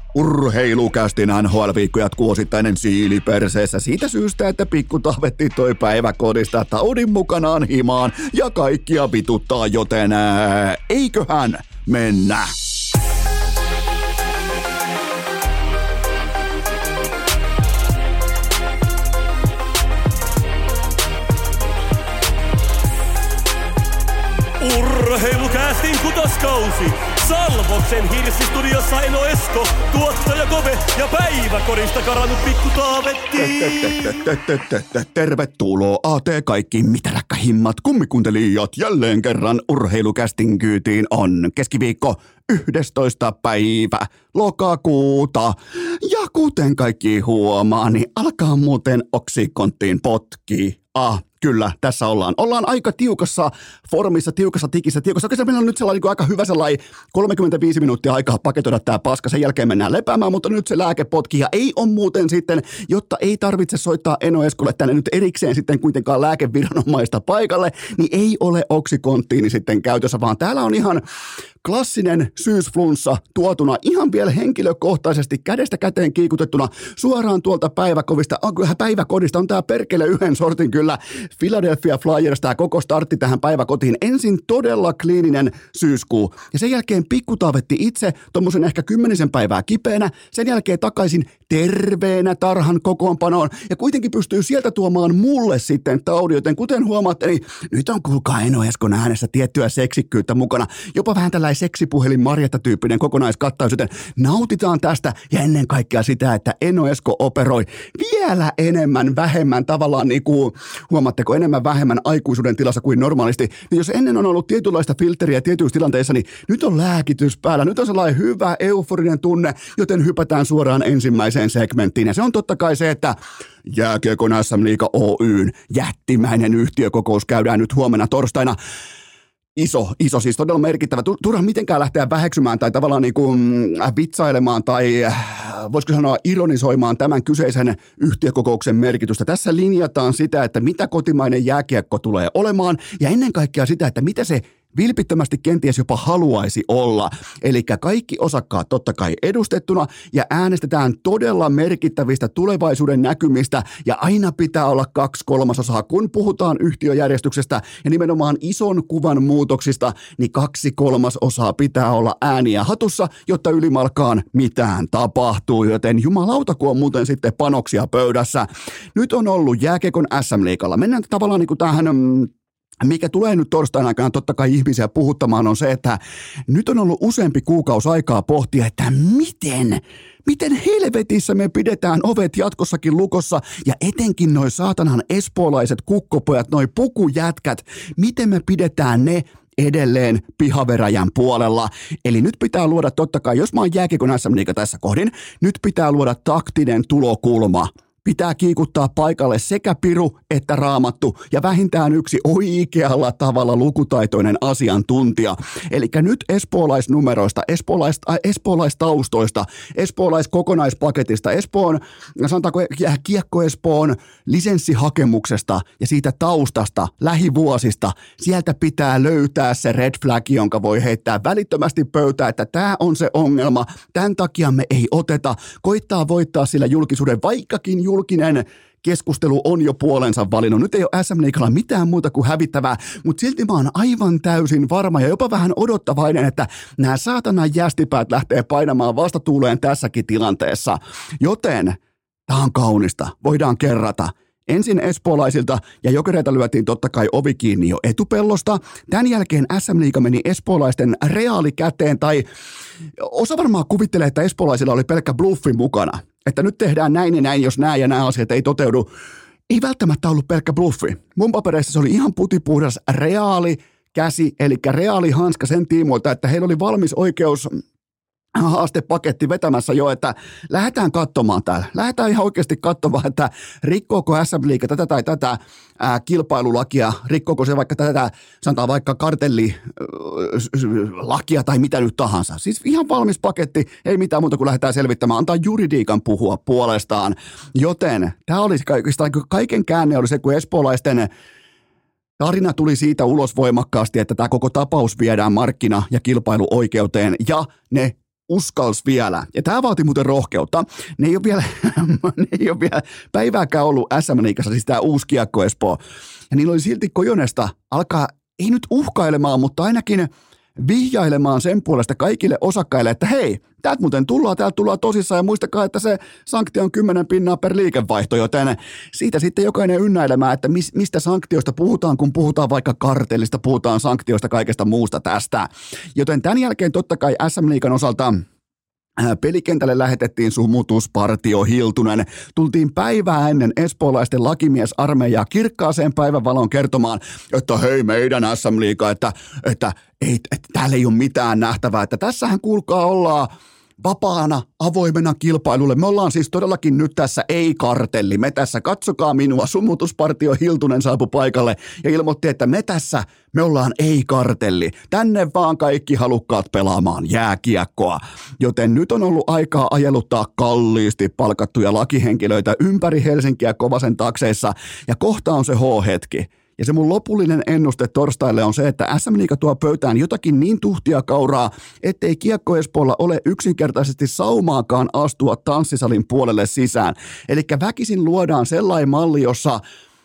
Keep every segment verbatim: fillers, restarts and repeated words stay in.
Urheilukästin N H L-viikko jatkuu osittainen siili perseessä siitä syystä, että pikku Taavetti toi päiväkodista taudin mukanaan himaan ja kaikkia vituttaa, joten ää, eiköhän mennä. Urheilukästin kutoskausi! Salvoksen Hirsistudiossa Eno Esko, tuottaja Kove ja päiväkodista karannut pikku Taavetti. Tervetuloa A T kaikki mitäräkkähimmat kummikuuntelijat jälleen kerran Urheilukästin kyytiin on keskiviikko yhdestoista päivä lokakuuta. Ja kuten kaikki huomaa, niin alkaa muuten oksikonttiin potki. Ah, kyllä, tässä ollaan. Ollaan aika tiukassa formissa, tiukassa tikissä, tiukassa. Oikeastaan meillä on nyt sellainen niin aika hyvä sellainen kolmekymmentäviisi minuuttia aikaa paketoida tämä paska. Sen jälkeen mennään lepäämään, mutta nyt se lääke potkii. Ja ei ole muuten sitten, jotta ei tarvitse soittaa Eno Eskolle tänne nyt erikseen sitten kuitenkaan lääkeviranomaista paikalle, niin ei ole oksikonttiini sitten käytössä, vaan täällä on ihan klassinen syysflunssa tuotuna ihan vielä henkilökohtaisesti kädestä käteen kiikutettuna suoraan tuolta päiväkodista. On kyllä päiväkodista, on tää perkele yhden sortin kyllä Philadelphia Flyers, tää koko startti tähän päiväkotiin. Ensin todella kliininen syyskuu ja sen jälkeen pikku Taavetti itse tommosen ehkä kymmenisen päivää kipeänä, sen jälkeen takaisin terveenä tarhan kokoonpanoon ja kuitenkin pystyy sieltä tuomaan mulle sitten taudin, joten kuten huomaatte, niin nyt on kuulkaa Eno Eskon äänessä tiettyä seksikkyyttä mukana, jopa vähän tällä seksipuhelin Marjatta-tyyppinen kokonaiskattaus, joten nautitaan tästä ja ennen kaikkea sitä, että Eno Esko operoi vielä enemmän vähemmän tavallaan niin kuin, huomaatteko, enemmän vähemmän aikuisuuden tilassa kuin normaalisti, niin jos ennen on ollut tietynlaista filtteriä tietyissä tilanteissa, niin nyt on lääkitys päällä, nyt on sellainen hyvä euforinen tunne, joten hypätään suoraan ensimmäiseen segmenttiin ja se on totta kai se, että Jääkiekon S M-liiga Oyn jättimäinen yhtiökokous käydään nyt huomenna torstaina. Iso, iso, siis todella merkittävä. Turha mitenkään lähteä väheksymään tai tavallaan niin kuin vitsailemaan tai voisiko sanoa ironisoimaan tämän kyseisen yhtiökokouksen merkitystä. Tässä linjataan sitä, että mitä kotimainen jääkiekko tulee olemaan ja ennen kaikkea sitä, että mitä se vilpittömästi kenties jopa haluaisi olla. Eli kaikki osakkaat totta kai edustettuna ja äänestetään todella merkittävistä tulevaisuuden näkymistä ja aina pitää olla kaksi kolmasosaa. Kun puhutaan yhtiöjärjestyksestä ja nimenomaan ison kuvan muutoksista, niin kaksi kolmasosaa pitää olla ääniä hatussa, jotta ylimalkaan mitään tapahtuu. Joten jumalauta, kun on muuten sitten panoksia pöydässä. Nyt on ollut Jääkiekon S M-liigalla. Mennään tavallaan niin kuin tähän mikä tulee nyt torstain aikana totta kai ihmisiä puhuttamaan on se, että nyt on ollut useampi kuukausi aikaa pohtia, että miten, miten helvetissä me pidetään ovet jatkossakin lukossa ja etenkin noi saatanan espoolaiset kukkopojat, noi pukujätkät, miten me pidetään ne edelleen pihaveräjän puolella. Eli nyt pitää luoda totta kai, jos mä oon Jääkiekon S M-liiga tässä kohdin, nyt pitää luoda taktinen tulokulma. Pitää kiikuttaa paikalle sekä piru että raamattu ja vähintään yksi oikealla tavalla lukutaitoinen asiantuntija. Eli nyt espoolaisnumeroista, espoolais, äh, espoolaistaustoista, espoolaiskokonaispaketista, Espoon, sanotaanko Kiekko Espoon lisenssihakemuksesta ja siitä taustasta, lähivuosista, sieltä pitää löytää se red flag, jonka voi heittää välittömästi pöytään, että tämä on se ongelma, tämän takia me ei oteta, koittaa voittaa sillä julkisuuden, vaikkakin julkinen keskustelu on jo puolensa valinnut. Nyt ei ole S M-liigalla mitään muuta kuin hävittävää, mutta silti mä oon aivan täysin varma ja jopa vähän odottavainen, että nämä saatanan jästipäät lähtee painamaan vastatuuleen tässäkin tilanteessa. Joten tää on kaunista, voidaan kerrata. Ensin espoolaisilta ja Jokereita lyötiin totta kai ovi kiinni jo etupellosta. Tämän jälkeen S M-liiga meni espoolaisten reaalikäteen tai osa varmaan kuvittelee, että espoolaisilla oli pelkkä bluffi mukana. Että nyt tehdään näin ja näin, jos nämä ja nämä asiat ei toteudu. Ei välttämättä ollut pelkkä bluffi. Mun papereissa se oli ihan putipuhdas reaali käsi, eli reaali hanska sen tiimoilta, että heillä oli valmis oikeus haastepaketti vetämässä jo, että lähdetään katsomaan täällä. Lähdetään ihan oikeasti katsomaan, että rikkooko S M-liiga tätä tai tätä ää, kilpailulakia, rikkooko se vaikka tätä, sanotaan vaikka kartellilakia tai mitä nyt tahansa. Siis ihan valmis paketti, ei mitään muuta kuin lähdetään selvittämään, antaa juridiikan puhua puolestaan. Joten tämä oli kaiken käänne oli se, kun espoolaisten tarina tuli siitä ulos voimakkaasti, että tämä koko tapaus viedään markkina- ja kilpailuoikeuteen ja ne uskals vielä, ja tämä vaati muuten rohkeutta, ne ei ole vielä, ne ei ole vielä päivääkään ollut S M-liigassa, siis tämä uusi Kiekko Espoo, ja niillä oli silti Kojonesta alkaa, ei nyt uhkailemaan, mutta ainakin vihjailemaan sen puolesta kaikille osakkaille, että hei, täältä muuten tullaan, täältä tullaan tosissaan ja muistakaa, että se sanktio on kymmenen pinnaa per liikevaihto, joten siitä sitten jokainen ynnäilemään, että mis, mistä sanktioista puhutaan, kun puhutaan vaikka kartellista, puhutaan sanktioista kaikesta muusta tästä. Joten tämän jälkeen totta kai S M-liigan osalta pelikentälle lähetettiin sumutuspartio Hiltunen. Tultiin päivää ennen espoolaisten lakimiesarmeijaa kirkkaaseen päivänvaloon kertomaan, että hei meidän S M-liiga, että, että, ei, että täällä ei ole mitään nähtävää. Että tässähän kuulkaa ollaan vapaana, avoimena kilpailulle. Me ollaan siis todellakin nyt tässä ei-kartelli. Me tässä, katsokaa minua, sumutuspartio Hiltunen saapui paikalle ja ilmoitti, että me tässä, me ollaan ei-kartelli. Tänne vaan kaikki halukkaat pelaamaan jääkiekkoa. Joten nyt on ollut aikaa ajeluttaa kalliisti palkattuja lakihenkilöitä ympäri Helsinkiä Kovasen takseissa ja kohta on se H-hetki. Ja se mun lopullinen ennuste torstaille on se, että S M-liiga tuo pöytään jotakin niin tuhtia kauraa, ettei Kiekko Espoolla ole yksinkertaisesti saumaakaan astua tanssisalin puolelle sisään. Eli väkisin luodaan sellainen malli, jossa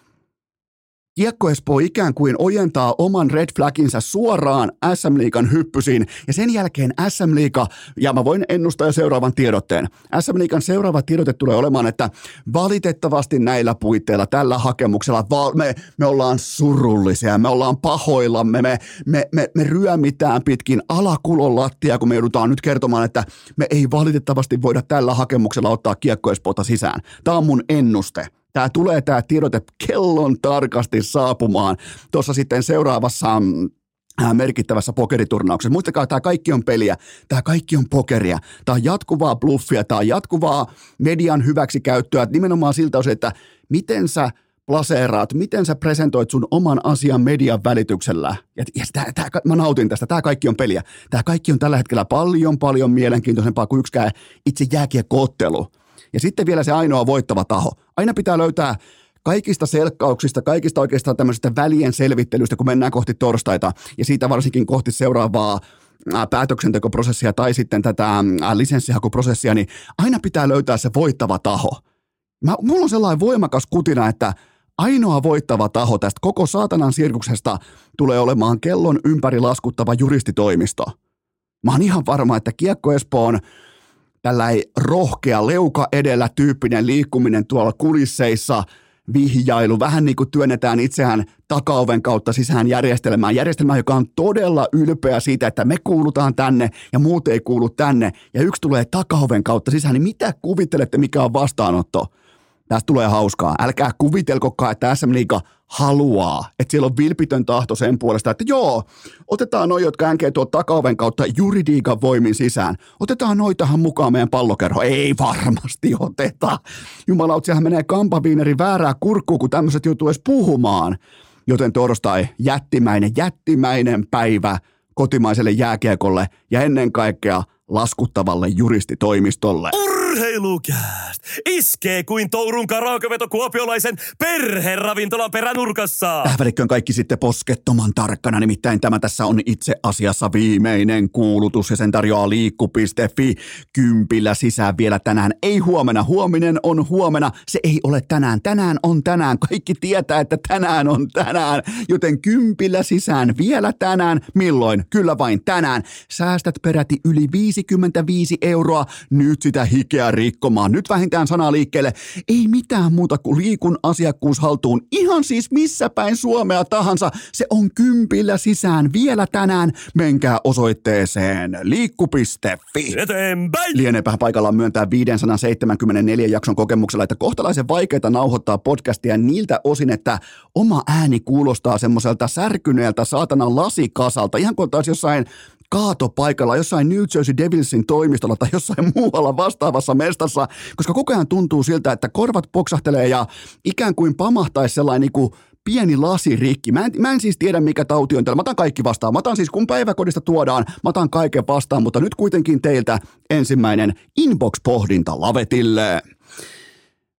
Kiekko Espoo ikään kuin ojentaa oman red flaginsa suoraan S M-liigan hyppysiin ja sen jälkeen S M-liiga, ja mä voin ennustaa jo seuraavan tiedotteen. S M-liigan seuraava tiedote tulee olemaan, että valitettavasti näillä puitteilla, tällä hakemuksella me, me ollaan surullisia, me ollaan pahoillamme, me, me, me, me ryömitään pitkin alakulon lattia, kun me joudutaan nyt kertomaan, että me ei valitettavasti voida tällä hakemuksella ottaa Kiekko Espoota sisään. Tämä on mun ennuste. Tämä tulee tämä tiedote kellon tarkasti saapumaan tuossa sitten seuraavassa äh, merkittävässä pokeriturnauksessa. Muistakaa, tämä kaikki on peliä, tämä kaikki on pokeria, tämä on jatkuvaa bluffia, tämä on jatkuvaa median hyväksikäyttöä, nimenomaan siltä osin, että miten sä plaseeraat, miten sä presentoit sun oman asian median välityksellä. Ja, ja tää, tää, mä nautin tästä, tämä kaikki on peliä. Tämä kaikki on tällä hetkellä paljon, paljon mielenkiintoisempaa kuin yksikään itse jääkiekkoottelu. Ja sitten vielä se ainoa voittava taho. Aina pitää löytää kaikista selkkauksista, kaikista oikeastaan tämmöisistä välien selvittelystä, kun mennään kohti torstaita ja siitä varsinkin kohti seuraavaa päätöksentekoprosessia tai sitten tätä lisenssihakuprosessia, niin aina pitää löytää se voittava taho. Mä, mulla on sellainen voimakas kutina, että ainoa voittava taho tästä koko saatanan sirkuksesta tulee olemaan kellon ympäri laskuttava juristitoimisto. Mä oon ihan varma, että Kiekko Espoon tällainen rohkea, leuka edellä tyyppinen liikkuminen tuolla kulisseissa, vihjailu, vähän niin kuin työnnetään itseään takaoven kautta sisään järjestelmään. Järjestelmään, joka on todella ylpeä siitä, että me kuulutaan tänne ja muut ei kuulu tänne. Ja yksi tulee takaoven kautta sisään, niin mitä kuvittelette, mikä on vastaanotto? Tästä tulee hauskaa. Älkää kuvitelkokaan, että S M-liiga haluaa, että siellä on vilpitön tahto sen puolesta, että joo, otetaan noi, jotka änkee tuon takaoven kautta juridiikan voimin sisään. Otetaan noi tähän mukaan meidän pallokerho. Ei varmasti oteta. Jumalaut, sehän menee kampaviineri väärää kurkkuun, kun tämmöiset joutuu edes puhumaan. Joten torstai, jättimäinen, jättimäinen päivä kotimaiselle jääkiekolle ja ennen kaikkea laskuttavalle juristitoimistolle. Urheilukääst! Iskee kuin Tourun karaokeveto kuopiolaisen perheravintolan peränurkassa! Tähän välikköön kaikki sitten poskettoman tarkkana, nimittäin tämä tässä on itse asiassa viimeinen kuulutus ja sen tarjoaa liikku piste fi kympillä sisään vielä tänään. Ei huomenna, huominen on huomenna, se ei ole tänään, tänään on tänään, kaikki tietää, että tänään on tänään, joten kympillä sisään vielä tänään, milloin? Kyllä vain tänään. Säästät peräti yli viisikymmentäviisi euroa, nyt sitä hikeä rikkomaan. Nyt vähintään sanaa liikkeelle. Ei mitään muuta kuin liikun asiakkuus haltuun. Ihan siis missä päin Suomea tahansa. Se on kympillä sisään vielä tänään. Menkää osoitteeseen liikku piste fi. Eteenpäin! Lieneepähän paikallaan myöntää viisisataaseitsemänkymmentäneljä jakson kokemuksella, että kohtalaisen vaikeaa nauhoittaa podcastia niiltä osin, että oma ääni kuulostaa semmoiselta särkyneeltä saatanan lasikasalta. Ihan kuin taas jossain kaatopaikalla, jossain New Jersey Devilsin toimistolla tai jossain muualla vastaavassa mestassa, koska koko ajan tuntuu siltä, että korvat poksahtelee ja ikään kuin pamahtaisi sellainen niin kuin pieni lasirikki. Mä en, mä en siis tiedä, mikä tauti on täällä. Mä otan kaikki vastaan. Mä otan siis, kun päiväkodista tuodaan, mä otan kaiken vastaan, mutta nyt kuitenkin teiltä ensimmäinen inbox-pohdinta lavetille.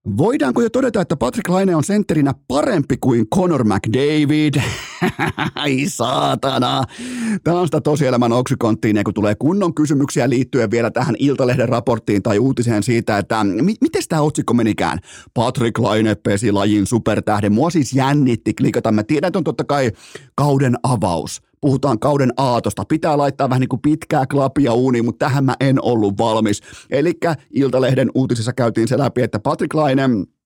Voidaanko jo todeta, että Patrik Laine on sentterinä parempi kuin Connor McDavid? Ai saatana. Tämä on sitä tosielämän oksikonttiin, kun tulee kunnon kysymyksiä liittyen vielä tähän Iltalehden raporttiin tai uutiseen siitä, että mi- miten tämä otsikko menikään? Patrik Laine pesi lajin supertähden. Mua siis jännitti klikata. Mä tiedän, että on totta kai kauden avaus. Puhutaan kauden aatosta. Pitää laittaa vähän niin kuin pitkää klapia uuniin, mutta tähän mä en ollut valmis. Elikkä Iltalehden uutisissa käytiin se läpi, että Patrik Laine,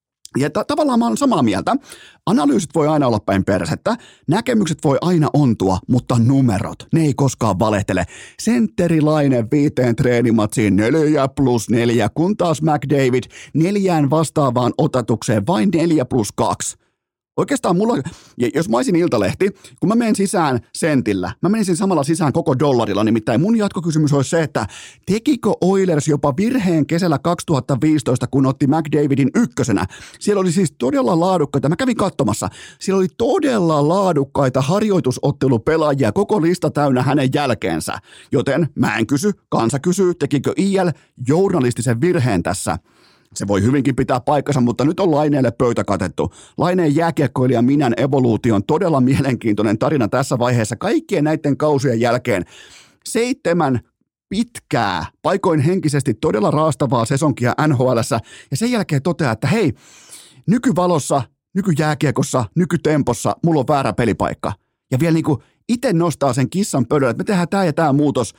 ja ta- tavallaan mä olen samaa mieltä. Analyysit voi aina olla päin persettä, näkemykset voi aina ontua, mutta numerot, ne ei koskaan valehtele. Sentteri Laine viiteen treenimatsiin neljä plus neljä, kun taas McDavid neljään vastaavaan otatukseen vain neljä plus kaksi. Oikeastaan mulla, jos mä olisin Iltalehti, kun mä menen sisään sentillä, mä menisin samalla sisään koko dollarilla, nimittäin mun jatkokysymys olisi se, että tekikö Oilers jopa virheen kesällä kaksituhattaviisitoista, kun otti McDavidin ykkösenä? Siellä oli siis todella laadukkaita, mä kävin katsomassa, siellä oli todella laadukkaita harjoitusottelupelaajia, koko lista täynnä hänen jälkeensä, joten mä en kysy, kansa kysyy, tekikö I L journalistisen virheen tässä? Se voi hyvinkin pitää paikkansa, mutta nyt on Laineelle pöytä katettu. Laineen jääkiekkoilijan minän evoluutio on todella mielenkiintoinen tarina tässä vaiheessa. Kaikkien näiden kausien jälkeen seitsemän pitkää, paikoin henkisesti todella raastavaa sesonkia N H L:ssä ja sen jälkeen toteaa, että hei, nykyvalossa, nykyjääkiekossa, nykytempossa mulla on väärä pelipaikka. Ja vielä niin kuin itse nostaa sen kissan pöydälle, että me tehdään tämä ja tämä muutos.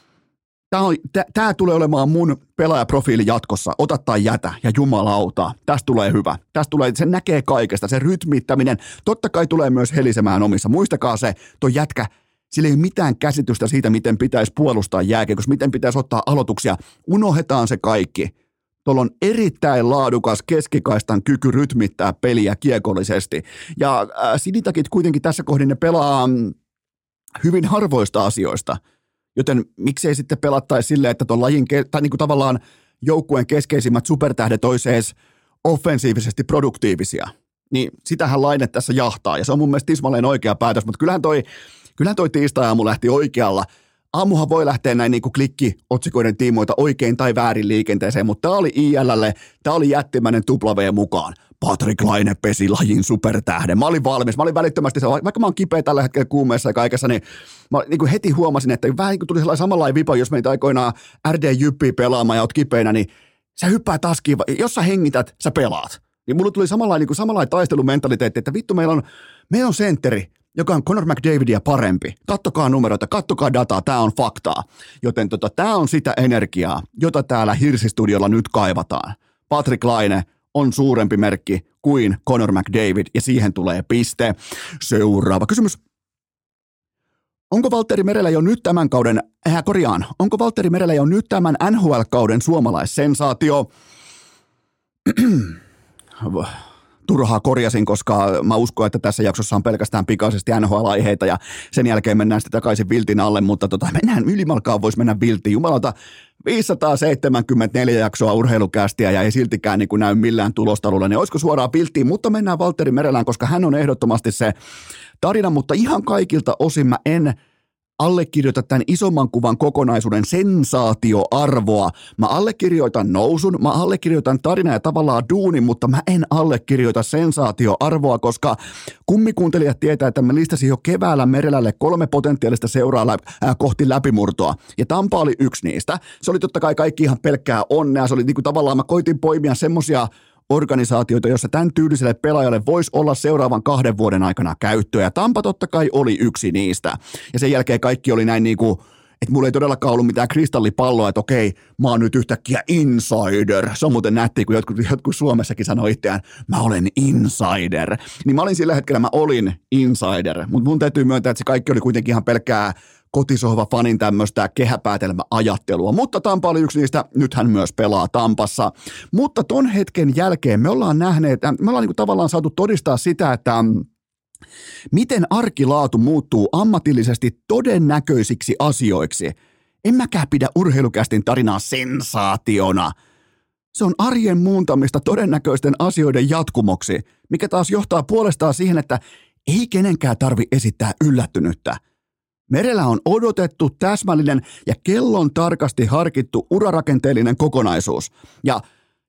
Tämä, on, tämä tulee olemaan mun pelaajaprofiili jatkossa, ota tai jätä ja jumalauta, tästä tulee hyvä. Tästä tulee, se näkee kaikesta, se rytmittäminen, totta kai tulee myös helisemään omissa. Muistakaa se, tuo jätkä, sillä ei ole mitään käsitystä siitä, miten pitäisi puolustaa jääkiekossa, miten pitäisi ottaa aloituksia, unohdetaan se kaikki. Tuolla on erittäin laadukas keskikaistan kyky rytmittää peliä kiekollisesti. Ja äh, Sinitakit kuitenkin tässä kohdin ne pelaa hyvin harvoista asioista. Joten miksei sitten pelattaisi silleen, että tuon lajin, tai niin kuin tavallaan joukkueen keskeisimmät supertähdet olisi edes offensiivisesti produktiivisia. Niin sitähän Laine tässä jahtaa, ja se on mun mielestä tismalleen oikea päätös, mutta kyllähän toi, kyllähän toi tiistai-aamu lähti oikealla. Aamuhan voi lähteä näin niin kuin klikki-otsikoiden tiimoilta oikein tai väärin liikenteeseen, mutta tämä oli I L:lle, tämä oli jättimäinen tupla V mukaan. Patrik Laine pesi lajin supertähden. Mä olin valmis. Mä olin välittömästi, vaikka mä oon kipeä tällä hetkellä kuumeessa ja kaikessa, niin mä niin kuin heti huomasin, että vähän niin kuin tuli sellainen samanlainen vipa, jos meitä aikoinaan R D-jyppiä pelaamaan ja oot kipeänä, niin sä hyppää taskiin, jos sä hengität, sä pelaat. Niin mulla tuli samanlainen, niin kuin samanlainen taistelumentaliteetti, että vittu meillä on, meillä on sentteri, joka on Connor McDavidia parempi. Kattokaa numeroita, kattokaa dataa, tää on faktaa. Joten tota, tää on sitä energiaa, jota täällä Hirsistudiolla nyt kaivataan. Patrik Laine on suurempi merkki kuin Connor McDavid, ja siihen tulee piste. Seuraava kysymys. Onko Valtteri Merellä jo nyt tämän kauden, äh, korjaan, onko Valtteri Merellä jo nyt tämän N H L-kauden suomalaissensaatio? Turhaa korjasin, koska mä uskon, että tässä jaksossa on pelkästään pikaisesti N H L-aiheita ja sen jälkeen mennään sitten takaisin viltin alle, mutta tota, mennään ylimalkaan voisi mennä viltiin. Jumalauta, viisisataaseitsemänkymmentäneljä jaksoa urheilukästiä ja ei siltikään niin kuin näy millään tulostalulla, niin olisiko suoraan vilttiin, mutta mennään Valtteri Merelään, koska hän on ehdottomasti se tarina, mutta ihan kaikilta osin mä en allekirjoita tämän isomman kuvan kokonaisuuden sensaatioarvoa. Mä allekirjoitan nousun, mä allekirjoitan tarina ja tavallaan duunin, mutta mä en allekirjoita sensaatioarvoa, koska kummikuuntelijat tietää, että mä listasin jo keväällä Merelälle kolme potentiaalista seuraa lä- äh, kohti läpimurtoa. Ja Tampa oli yksi niistä. Se oli totta kai kaikki ihan pelkkää onnea. Se oli niin kuin tavallaan, mä koitin poimia semmosia organisaatioita, jossa tämän tyyliselle pelaajalle voisi olla seuraavan kahden vuoden aikana käyttöä. Ja Tampa totta kai oli yksi niistä. Ja sen jälkeen kaikki oli näin niin kuin, että mulla ei todellakaan ollut mitään kristallipalloa, että okei, mä oon nyt yhtäkkiä insider. Se on muuten nättiä, kun jotkut, jotkut Suomessakin sanoo itseään, mä olen insider. Niin mä olin sillä hetkellä, mä olin insider. Mutta mun täytyy myöntää, että se kaikki oli kuitenkin ihan pelkkää kotisohva fanin tämmöistä kehäpäätelmäajattelua, mutta Tampa oli yksi niistä, nyt hän myös pelaa Tampassa. Mutta ton hetken jälkeen me ollaan nähneet, me ollaan niinku tavallaan saatu todistaa sitä, että miten arkilaatu muuttuu ammatillisesti todennäköisiksi asioiksi. En mäkään pidä urheilukästin tarinaa sensaationa. Se on arjen muuntamista todennäköisten asioiden jatkumoksi, mikä taas johtaa puolestaan siihen, että ei kenenkään tarvi esittää yllättynyttä. Merellä on odotettu, täsmällinen ja kellon tarkasti harkittu urarakenteellinen kokonaisuus. Ja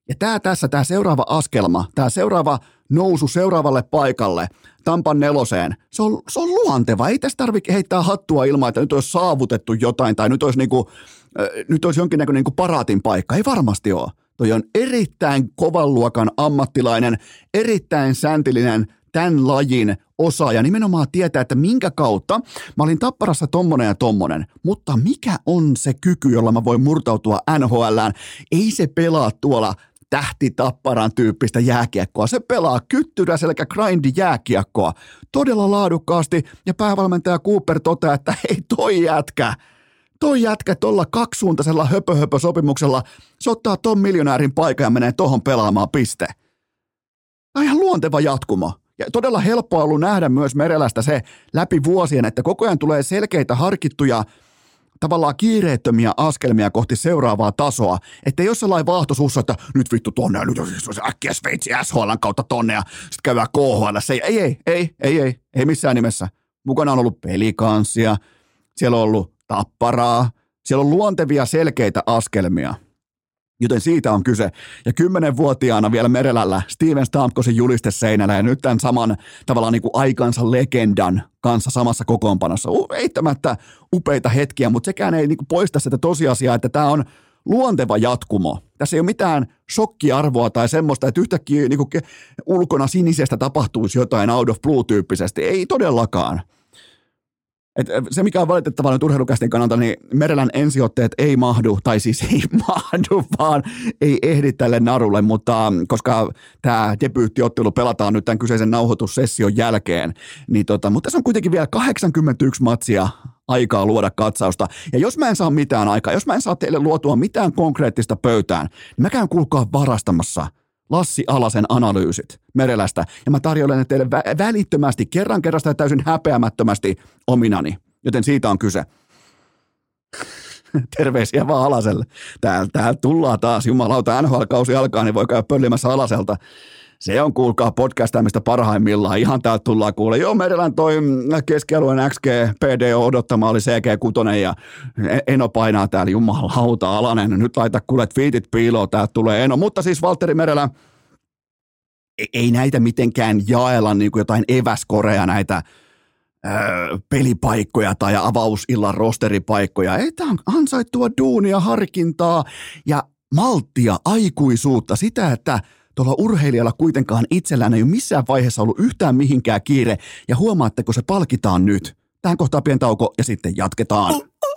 Ja tämä tässä, tämä seuraava askelma, tämä seuraava nousu seuraavalle paikalle, Tampan neloseen, se on, se on luonteva. Ei tässä tarvitse heittää hattua ilman, että nyt olisi saavutettu jotain tai nyt olisi, niinku, äh, nyt olisi jonkinnäköinen niinku paraatin paikka. Ei varmasti ole. Toi on erittäin kovan luokan ammattilainen, erittäin säntillinen tämän lajin osaaja. Nimenomaan tietää, että minkä kautta mä olin Tapparassa tommonen ja tommonen, mutta mikä on se kyky, jolla mä voin murtautua N H L:ään? Ei se pelaa tuolla tähti Tapparan tyyppistä jääkiekkoa. Se pelaa kyttyrä selkä grindi jääkiekkoa todella laadukkaasti ja päävalmentaja Cooper toteaa, että hei toi jätkä, toi jätkä tuolla kaksisuuntaisella höpö-höpö-sopimuksella, se ottaa ton miljonäärin paikan ja menee tohon pelaamaan piste. Tämä on ihan luonteva jatkumo. Ja todella helppoa ollut nähdä myös Merelästä se läpi vuosien, että koko ajan tulee selkeitä harkittuja tavallaan kiireettömiä askelmia kohti seuraavaa tasoa, ettei ole sellainen vaahtosuussa, että nyt vittu tonne ja nyt äkkiä Sveitsi S H L:n kautta tonne ja sitten käydään K H L. Ei, ei, ei, ei, ei, ei, ei missään nimessä. Mukana on ollut Pelikanssia, siellä on ollut Tapparaa, siellä on luontevia selkeitä askelmia. Joten siitä on kyse. Ja kymmenvuotiaana vielä Merelällä Steven Stamkosin juliste seinällä ja nyt tämän saman tavallaan niin kuin aikansa legendan kanssa samassa kokoonpanossa. Eittämättä upeita hetkiä, mutta sekään ei niin kuin poista sitä tosiasiaa, että tämä on luonteva jatkumo. Tässä ei ole mitään shokkiarvoa tai semmoista, että yhtäkkiä niin kuin ulkona sinisestä tapahtuisi jotain out of blue-tyyppisesti. Ei todellakaan. Et se, mikä on valitettavaa nyt urheilukästin kannalta, niin Merelän ensiotteet ei mahdu, tai siis ei mahdu, vaan ei ehdi tälle narulle, mutta koska tämä debyyttiottelu pelataan nyt tämän kyseisen nauhoitussession jälkeen, niin tota, mutta tässä on kuitenkin vielä kahdeksankymmentäyksi matsia aikaa luoda katsausta, ja jos mä en saa mitään aikaa, jos mä en saa teille luotua mitään konkreettista pöytään, niin mä käyn kuulkaa varastamassa Lassi Alasen analyysit Merelästä, ja mä tarjoilen ne teille vä- välittömästi, kerran kerrasta ja täysin häpeämättömästi ominani, joten siitä on kyse. Terveisiä vaan Alaselle. Täällä, täällä tullaan taas, jumalauta, N H L-kausi alkaa, niin voi käydä pöllimässä Alaselta. Se on, kuulkaa, podcastaamista parhaimmillaan. Ihan täältä tullaan kuulee. Joo, Merelän toi keskialueen X G P D O odottama oli C G kuusi ja Eno painaa täällä. Jumalauta, Alanen. Nyt laita kuule twiitit piiloon. Täältä tulee Eno. Mutta siis Valtteri Merelä, ei näitä mitenkään jaella niin kuin jotain eväskorea näitä öö, pelipaikkoja tai avausillan rosteripaikkoja. Ei, tämä on ansaittua duunia, harkintaa ja malttia, aikuisuutta. Sitä, että tuolla urheilijalla kuitenkaan itsellään ei ole missään vaiheessa ollut yhtään mihinkään kiire, ja huomaatteko, se palkitaan nyt. Tähän kohtaa pieni tauko ja sitten jatketaan.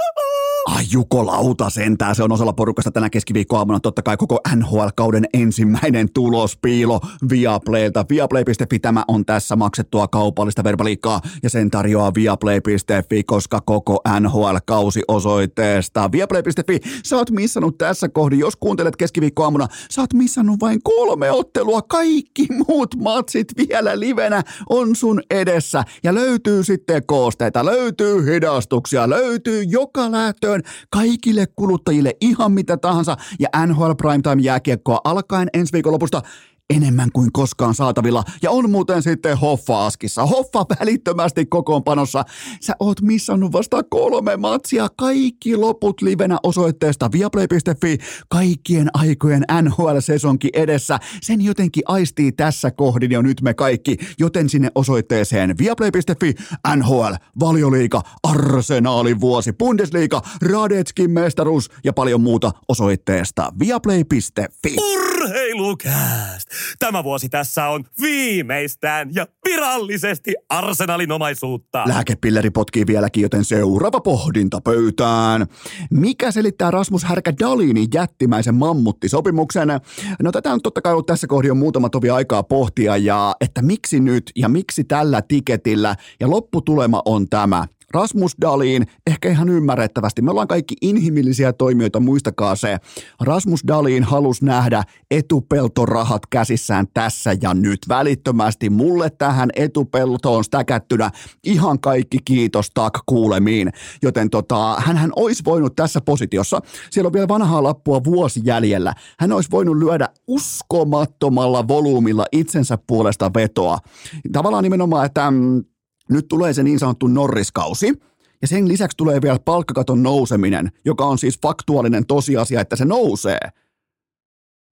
Ai jukolauta sentään, se on osalla porukasta tänä keskiviikkoaamuna totta kai koko N H L-kauden ensimmäinen tulospiilo Viaplaylta. Viaplay piste fi, tämä on tässä maksettua kaupallista verbaliikkaa ja sen tarjoaa Viaplay piste fi, koska koko N H L-kausi osoitteesta. Viaplay piste fi, sä oot missannut tässä kohdin, jos kuuntelet keskiviikkoaamuna, sä oot missannut vain kolme ottelua, kaikki muut matsit vielä livenä on sun edessä ja löytyy sitten koosteita, löytyy hidastuksia, löytyy joka lähtöön kaikille kuluttajille ihan mitä tahansa ja N H L Primetime jääkiekkoa alkaen ensi viikonlopusta enemmän kuin koskaan saatavilla. Ja on muuten sitten Hoffa askissa. Hoffa välittömästi kokoonpanossa. Sä oot missannut vasta kolme matsia. Kaikki loput livenä osoitteesta viaplay piste fi. Kaikkien aikojen N H L-sesonki edessä. Sen jotenkin aistii tässä kohdin jo nyt me kaikki. Joten sinne osoitteeseen viaplay piste fi. N H L, Valioliiga, Arsenaalin vuosi, Bundesliga, Radetskin mestaruus ja paljon muuta osoitteesta viaplay piste fi. Urheilukääst! Tämä vuosi tässä on viimeistään ja virallisesti Arsenalin omaisuutta. Lääkepilleri potkii vieläkin, joten seuraava pohdinta pöytään. Mikä selittää Rasmus Härkä Dahlinin jättimäisen mammuttisopimuksen? No tätä on totta kai ollut tässä kohdin jo muutama tovi aikaa pohtia, ja että miksi nyt ja miksi tällä tiketillä, ja lopputulema on tämä. Rasmus Dahlin, ehkä ihan ymmärrettävästi, me ollaan kaikki inhimillisiä toimijoita, muistakaa se. Rasmus Dahlin halusi nähdä etupeltorahat käsissään tässä ja nyt välittömästi. Mulle tähän etupeltoon stäkättynä ihan kaikki kiitos, tak kuulemiin. Joten tota, hänhän olisi voinut tässä positiossa, siellä on vielä vanhaa lappua vuosi jäljellä, hän olisi voinut lyödä uskomattomalla volyymilla itsensä puolesta vetoa. Tavallaan nimenomaan, että nyt tulee se niin sanottu Norris-kausi, ja sen lisäksi tulee vielä palkkakaton nouseminen, joka on siis faktuaalinen tosiasia, että se nousee.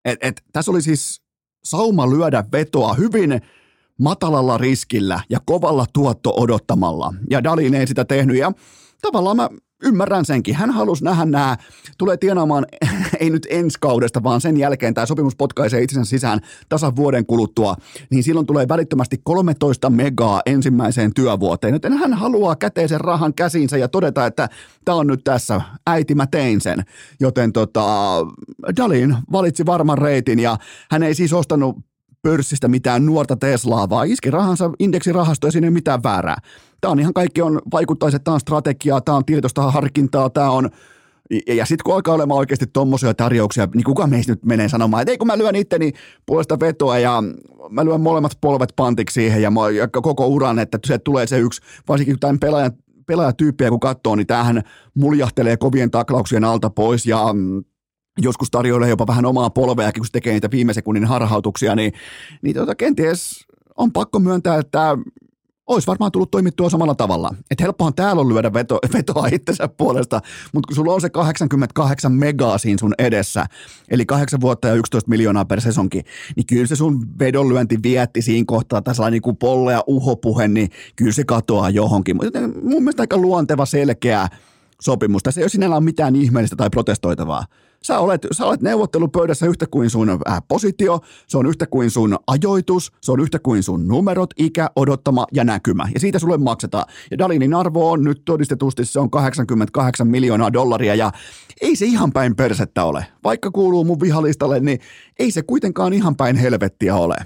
Et, et, tässä oli siis sauma lyödä vetoa hyvin matalalla riskillä ja kovalla tuotto odottamalla. Ja Dahlin ei sitä tehnyt ja tavallaan mä ymmärrän senkin. Hän halusi nähdä nämä, tulee tienaamaan, ei nyt ensi kaudesta, vaan sen jälkeen tämä sopimus potkaisee itsensä sisään tasan vuoden kuluttua, niin silloin tulee välittömästi kolmetoista megaa ensimmäiseen työvuoteen. Joten hän haluaa käteisen rahan käsiinsä ja todeta, että tämä on nyt tässä, äiti mä tein sen. Joten tota, Dahlin valitsi varman reitin ja hän ei siis ostanut pörssistä mitään nuorta Teslaa, vaan iski rahansa indeksirahasto ja siinä ei ole mitään väärää. Tämä on ihan kaikki on vaikuttaisi, että tämä on strategiaa, tämä on tietoista harkintaa, tämä on, ja, ja sitten kun alkaa olemaan oikeasti tommosia tarjouksia, niin kuka meistä nyt menee sanomaan, että ei kun mä lyön itteni puolesta vetoa ja mä lyön molemmat polvet pantiksi siihen ja, mä, ja koko uran, että se tulee se yksi, varsinkin tämän pelaajan, pelaajatyyppiä kun katsoo, niin tämähän muljahtelee kovien taklauksien alta pois ja joskus tarjoilee jopa vähän omaa polveakin, kun se tekee niitä viime sekunnin harhautuksia, niin, niin tota, kenties on pakko myöntää, että olisi varmaan tullut toimittua samalla tavalla. Että helppohan täällä on lyödä veto, vetoa itsensä puolesta, mutta kun sulla on se kahdeksankymmentäkahdeksan megaa siinä sun edessä, eli kahdeksan vuotta ja yksitoista miljoonaa per sesonki, niin kyllä se sun vedonlyönti vietti siinä kohtaa, tai sellainen niin kuin polle ja uhopuhe, niin kyllä se katoaa johonkin. Mutta mun mielestä aika luonteva, selkeä sopimus. Tässä ei ole sinällään mitään ihmeellistä tai protestoitavaa. Sä olet, sä olet neuvottelupöydässä yhtä kuin sun äh, positio, se on yhtä kuin sun ajoitus, se on yhtä kuin sun numerot, ikä, odottama ja näkymä. Ja siitä sulle maksetaan. Ja Dahlinin arvo on nyt todistetusti, se on kahdeksankymmentäkahdeksan miljoonaa dollaria ja ei se ihan päin persettä ole. Vaikka kuuluu mun vihalistalle, niin ei se kuitenkaan ihan päin helvettiä ole.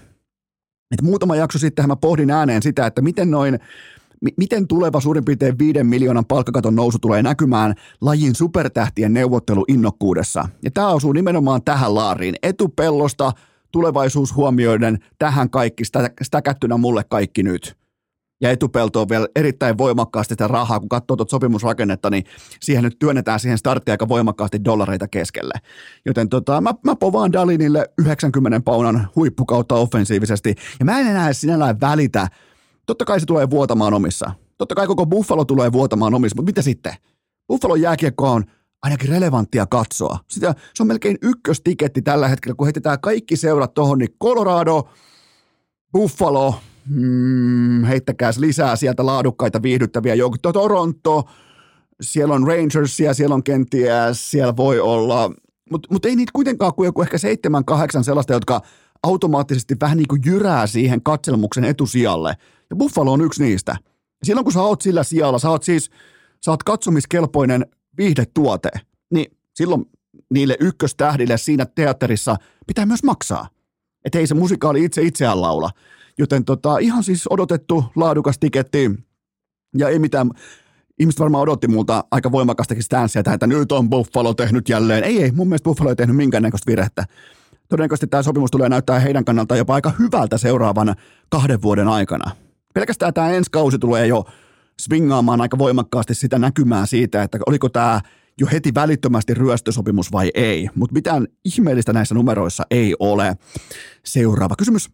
Et muutama jakso sitten mä pohdin ääneen sitä, että miten noin Miten tuleva suurin piirtein viiden miljoonan palkkakaton nousu tulee näkymään lajin supertähtien neuvotteluinnokkuudessa? Ja tämä osuu nimenomaan tähän laariin. Etupellosta tulevaisuus huomioiden tähän kaikki, sitä, sitä kättynä mulle kaikki nyt. Ja etupelto on vielä erittäin voimakkaasti sitä rahaa, kun katsoo tuota sopimusrakennetta, niin siihen nyt työnnetään siihen starttiin aika voimakkaasti dollareita keskelle. Joten tota, mä, mä povaan Dahlinille yhdeksänkymmentä paunan huippukautta offensiivisesti, ja mä en enää sinällään välitä. Totta kai se tulee vuotamaan omissa. Totta kai koko Buffalo tulee vuotamaan omissa, mutta mitä sitten? Buffalon jääkiekko on ainakin relevanttia katsoa. Sitä, se on melkein ykköstiketti tällä hetkellä, kun heitetään kaikki seurat tuohon, niin Colorado, Buffalo, hmm, heittäkääs lisää sieltä laadukkaita viihdyttäviä joukkoja. Toronto, siellä on Rangersia, siellä on kenties, siellä voi olla, mutta mut ei niitä kuitenkaan kuin joku ehkä seitsemän, kahdeksan sellaista, jotka automaattisesti vähän niin kuin jyrää siihen katselmuksen etusijalle. Ja Buffalo on yksi niistä. Ja silloin kun sä oot sillä sijalla, sä oot siis, sä oot katsomiskelpoinen viihdetuote, niin silloin niille ykköstähdille siinä teatterissa pitää myös maksaa. Että ei se musikaali itse itseään laula. Joten tota, ihan siis odotettu laadukas tiketti ja ei mitään. Ihmiset varmaan odotti multa aika voimakastakin stanssiä, että nyt on Buffalo tehnyt jälleen. Ei, ei, mun mielestä Buffalo ei tehnyt minkäännäköistä virhettä. Todennäköisesti tämä sopimus tulee näyttää heidän kannaltaan jopa aika hyvältä seuraavan kahden vuoden aikana. Pelkästään tämä ensi kausi tulee jo swingaamaan aika voimakkaasti sitä näkymää siitä, että oliko tämä jo heti välittömästi ryöstösopimus vai ei. Mutta mitään ihmeellistä näissä numeroissa ei ole. Seuraava kysymys.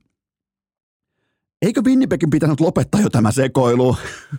Eikö Winnipegin pitänyt lopettaa jo tämä sekoilu?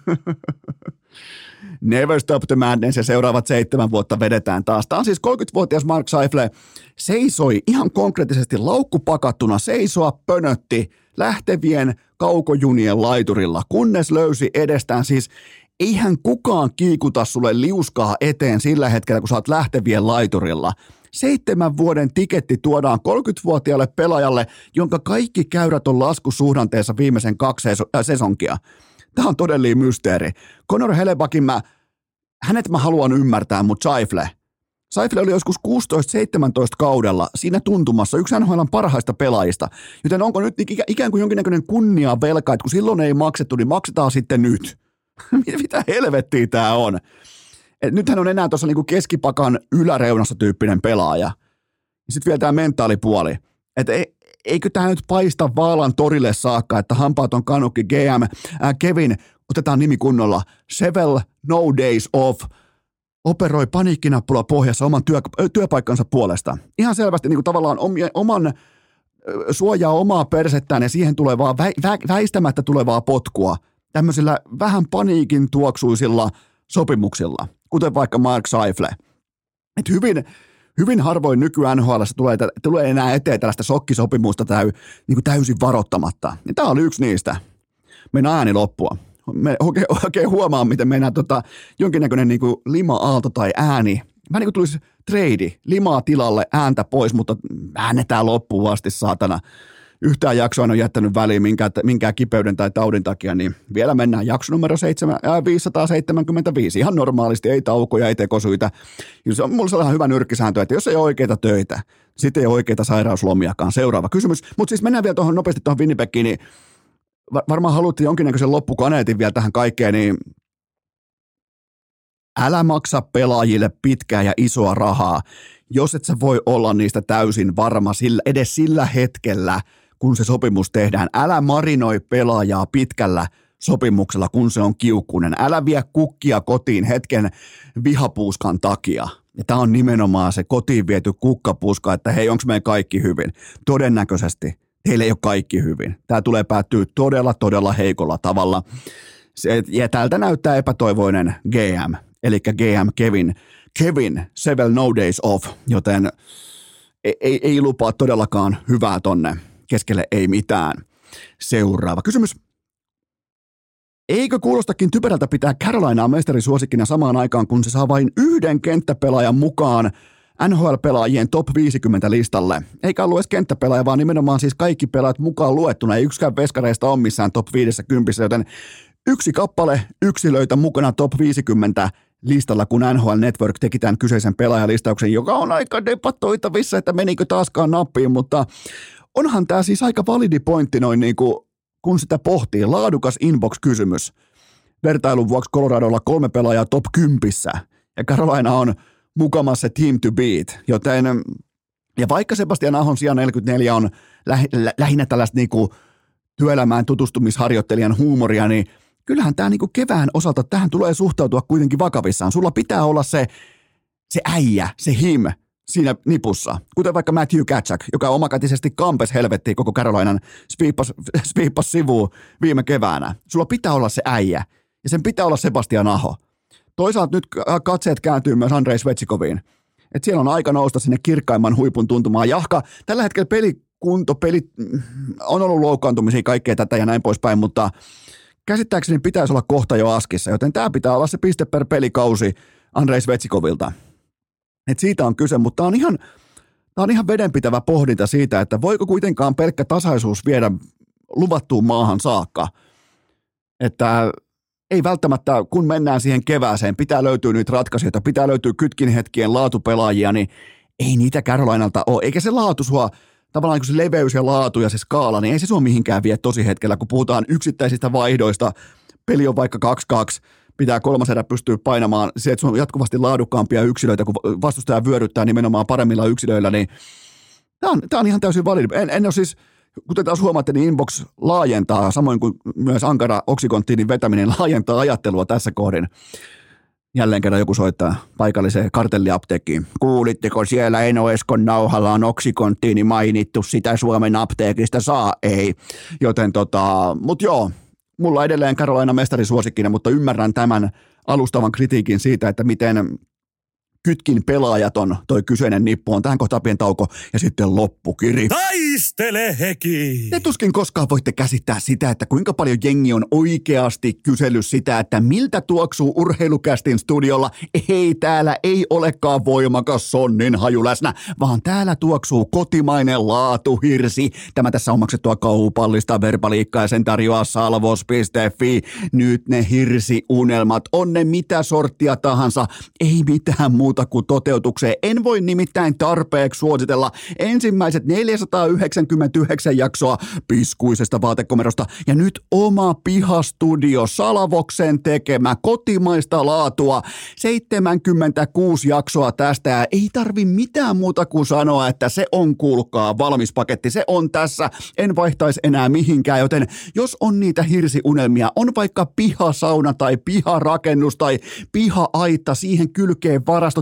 Never stop the madness ja seuraavat seitsemän vuotta vedetään taas. Tämä on siis kolmekymmentävuotias Mark Scheifele seisoi ihan konkreettisesti laukku pakattuna, seisoa pönötti lähtevien kaukojunien laiturilla, kunnes löysi edestään siis eihän kukaan kiikuta sulle liuskaa eteen sillä hetkellä, kun sä oot lähtevien laiturilla. Seitsemän vuoden tiketti tuodaan kolmekymmentävuotiaalle pelaajalle, jonka kaikki käyrät on laskusuhdanteessa viimeisen kaksi sesonkia. Tämä on todellinen mysteeri. Connor Hellebuyckin mä, hänet mä haluan ymmärtää, mutta Scheifele. Scheifele oli joskus kuusitoista seitsemäntoista kaudella siinä tuntumassa yksi N H L:n parhaista pelaajista. Joten onko nyt ikään kuin jonkinnäköinen kunnia velka, että kun silloin ei maksettu, niin maksetaan sitten nyt. Mitä helvettiä tämä on? Et nythän on enää tuossa niinku keskipakan yläreunassa tyyppinen pelaaja. Ja sitten vielä tämä mentaalipuoli. Että ei, eikö tämä nyt paista Vaalan torille saakka, että hampaaton kanukki G M äh, Kevin, otetaan nimi kunnolla, Sevel No Days Off, operoi paniikkinappula pohjassa oman työ, työpaikkansa puolesta. Ihan selvästi niin kuin tavallaan omien, oman suojaa omaa persettään ja siihen tulevaa, vä, vä, väistämättä tulevaa potkua tämmöisillä vähän paniikin tuoksuisilla sopimuksilla, kuten vaikka Mark Scheifele. Et hyvin, Hyvin harvoin nyky-N H L:ssä tulee, tulee enää eteen tällaista shokkisopimusta täy, niin kuin täysin varoittamatta. Ja tämä oli yksi niistä. Meidän ääni loppua. Me oikein, oikein huomaa, miten mennään tota, jonkinnäköinen niin kuin lima-aalto tai ääni. Vähän niin kuin tulisi trade, limaa tilalle, ääntä pois, mutta äännetään loppuun asti, saatana. Yhtään jaksoa en ole jättänyt väliin minkään, minkään kipeyden tai taudin takia, niin vielä mennään jakso numero seitsemän, ää, viisisataaseitsemänkymmentäviisi. Ihan normaalisti, ei taukoja, ei tekosyitä. Se on mulla sellainen hyvä nyrkkisääntö, että jos ei ole oikeita töitä, sitten ei ole oikeita sairauslomiakaan. Seuraava kysymys. Mutta siis mennään vielä tuohon nopeasti tuohon Winnipegiin, niin varmaan haluttiin jonkinnäköisen loppukaneetin vielä tähän kaikkeen, niin älä maksa pelaajille pitkää ja isoa rahaa, jos et sä voi olla niistä täysin varma sillä, edes sillä hetkellä, kun se sopimus tehdään. Älä marinoi pelaajaa pitkällä sopimuksella, kun se on kiukkuinen. Älä vie kukkia kotiin hetken vihapuuskan takia. Ja tämä on nimenomaan se kotiin viety kukkapuuska, että hei, onko meidän kaikki hyvin? Todennäköisesti teillä ei ole kaikki hyvin. Tämä tulee päättyä todella, todella heikolla tavalla. Se, ja tältä näyttää epätoivoinen G M, eli G M Kevin, Kevin Sevel No Days Off, joten ei, ei, ei lupaa todellakaan hyvää tonne. Keskelle ei mitään. Seuraava kysymys. Eikö kuulostakin typerältä pitää Carolinaa mestarisuosikkina samaan aikaan, kun se saa vain yhden kenttäpelaajan mukaan N H L-pelaajien top viisikymmentä listalle? Eikä ollut edes kenttäpelaaja, vaan nimenomaan siis kaikki pelaajat mukaan luettuna. Ei yksikään veskareista ole missään top viisikymmentä, joten yksi kappale yksilöitä mukana top viisikymmentä listalla, kun N H L Network teki tämän kyseisen pelaajalistauksen, joka on aika debatoitavissa, että menikö taaskaan nappiin, mutta onhan tämä siis aika validi pointti noin niin kuin, kun sitä pohtii. Laadukas inbox-kysymys. Vertailun vuoksi Coloradolla kolme pelaajaa top kympissä ja Carolina on mukamassa se team to beat, joten ja vaikka Sebastian Ahon sijaan neljäkymmentäneljä on lähi, lä, lähinnä tällaista niin kuin työelämään tutustumisharjoittelijan huumoria, niin kyllähän tämä niin kuin kevään osalta tähän tulee suhtautua kuitenkin vakavissaan. Sulla pitää olla se, se äijä, se him siinä nipussa, kuten vaikka Matthew Tkachuk, joka omakatisesti kampes helvettiin koko Carolinan sweepas, sweepas sivuun viime keväänä. Sulla pitää olla se äijä ja sen pitää olla Sebastian Aho. Toisaalta nyt katseet kääntyy myös Andrei Svechikoviin. Että siellä on aika nousta sinne kirkkaimman huipun tuntumaan. Jahka, tällä hetkellä pelikunto, peli, on ollut loukkaantumisia, kaikkea tätä ja näin poispäin, mutta käsittääkseni pitäisi olla kohta jo askissa, joten tämä pitää olla se piste per pelikausi Andrei Svechikovilta. Et siitä on kyse, mutta tämä on ihan, tämä on ihan vedenpitävä pohdinta siitä, että voiko kuitenkaan pelkkä tasaisuus viedä luvattuun maahan saakka. Että ei välttämättä, kun mennään siihen kevääseen, pitää löytyä nyt ratkaisijoita, pitää löytyä kytkinhetkien laatupelaajia, niin ei niitä Carolinalta ole. Eikä se laatu sua, tavallaan kun se leveys ja laatu ja se skaala, niin ei se sua mihinkään vie tosi hetkellä, kun puhutaan yksittäisistä vaihdoista. Peli on vaikka kaksi kaksi, pitää kolmas erä pystyä painamaan. Se, että sun on jatkuvasti laadukkaampia yksilöitä, kun vastustaja vyöryttää nimenomaan paremmilla yksilöillä, niin tämä on, tämä on ihan täysin validi. En, en ole siis... Kuten taas huomaatte, niin Inbox laajentaa, samoin kuin myös ankara oksikonttiinin vetäminen laajentaa ajattelua tässä kohdin. Jälleen kerran joku soittaa paikalliseen kartelliapteekkiin. Kuulitteko siellä Eno Eskon nauhalla on oksikonttiini mainittu, sitä Suomen apteekista saa? Ei. Joten tota, mut joo, mulla on edelleen Carolina mestarisuosikkina, mutta ymmärrän tämän alustavan kritiikin siitä, että miten kytkin pelaajaton toi kyseinen nippu on. Tähän kohtaan pieni tauko ja sitten loppukiri. Taistele heki! Te tuskin koskaan voitte käsittää sitä, että kuinka paljon jengi on oikeasti kysellyt sitä, että miltä tuoksuu Urheilukästin studiolla. Ei, täällä ei olekaan voimakas sonnin haju läsnä, vaan täällä tuoksuu kotimainen laatuhirsi. Tämä tässä on maksettua kaupallista verbaliikkaa ja sen tarjoaa salvos piste fi. Nyt ne hirsiunelmat, on ne mitä sorttia tahansa, ei mitään muuta kuin toteutukseen. En voi nimittäin tarpeeksi suositella ensimmäiset neljäsataayhdeksänkymmentäyhdeksän jaksoa piskuisesta vaatekomerosta ja nyt oma pihastudio, Salvoksen tekemä kotimaista laatua, seitsemänkymmentäkuusi jaksoa tästä ja ei tarvi mitään muuta kuin sanoa, että se on kuulkaa valmis paketti, se on tässä, en vaihtaisi enää mihinkään, joten jos on niitä hirsiunelmia, on vaikka pihasauna tai piharakennus tai piha-aitta, siihen kylkeen varasto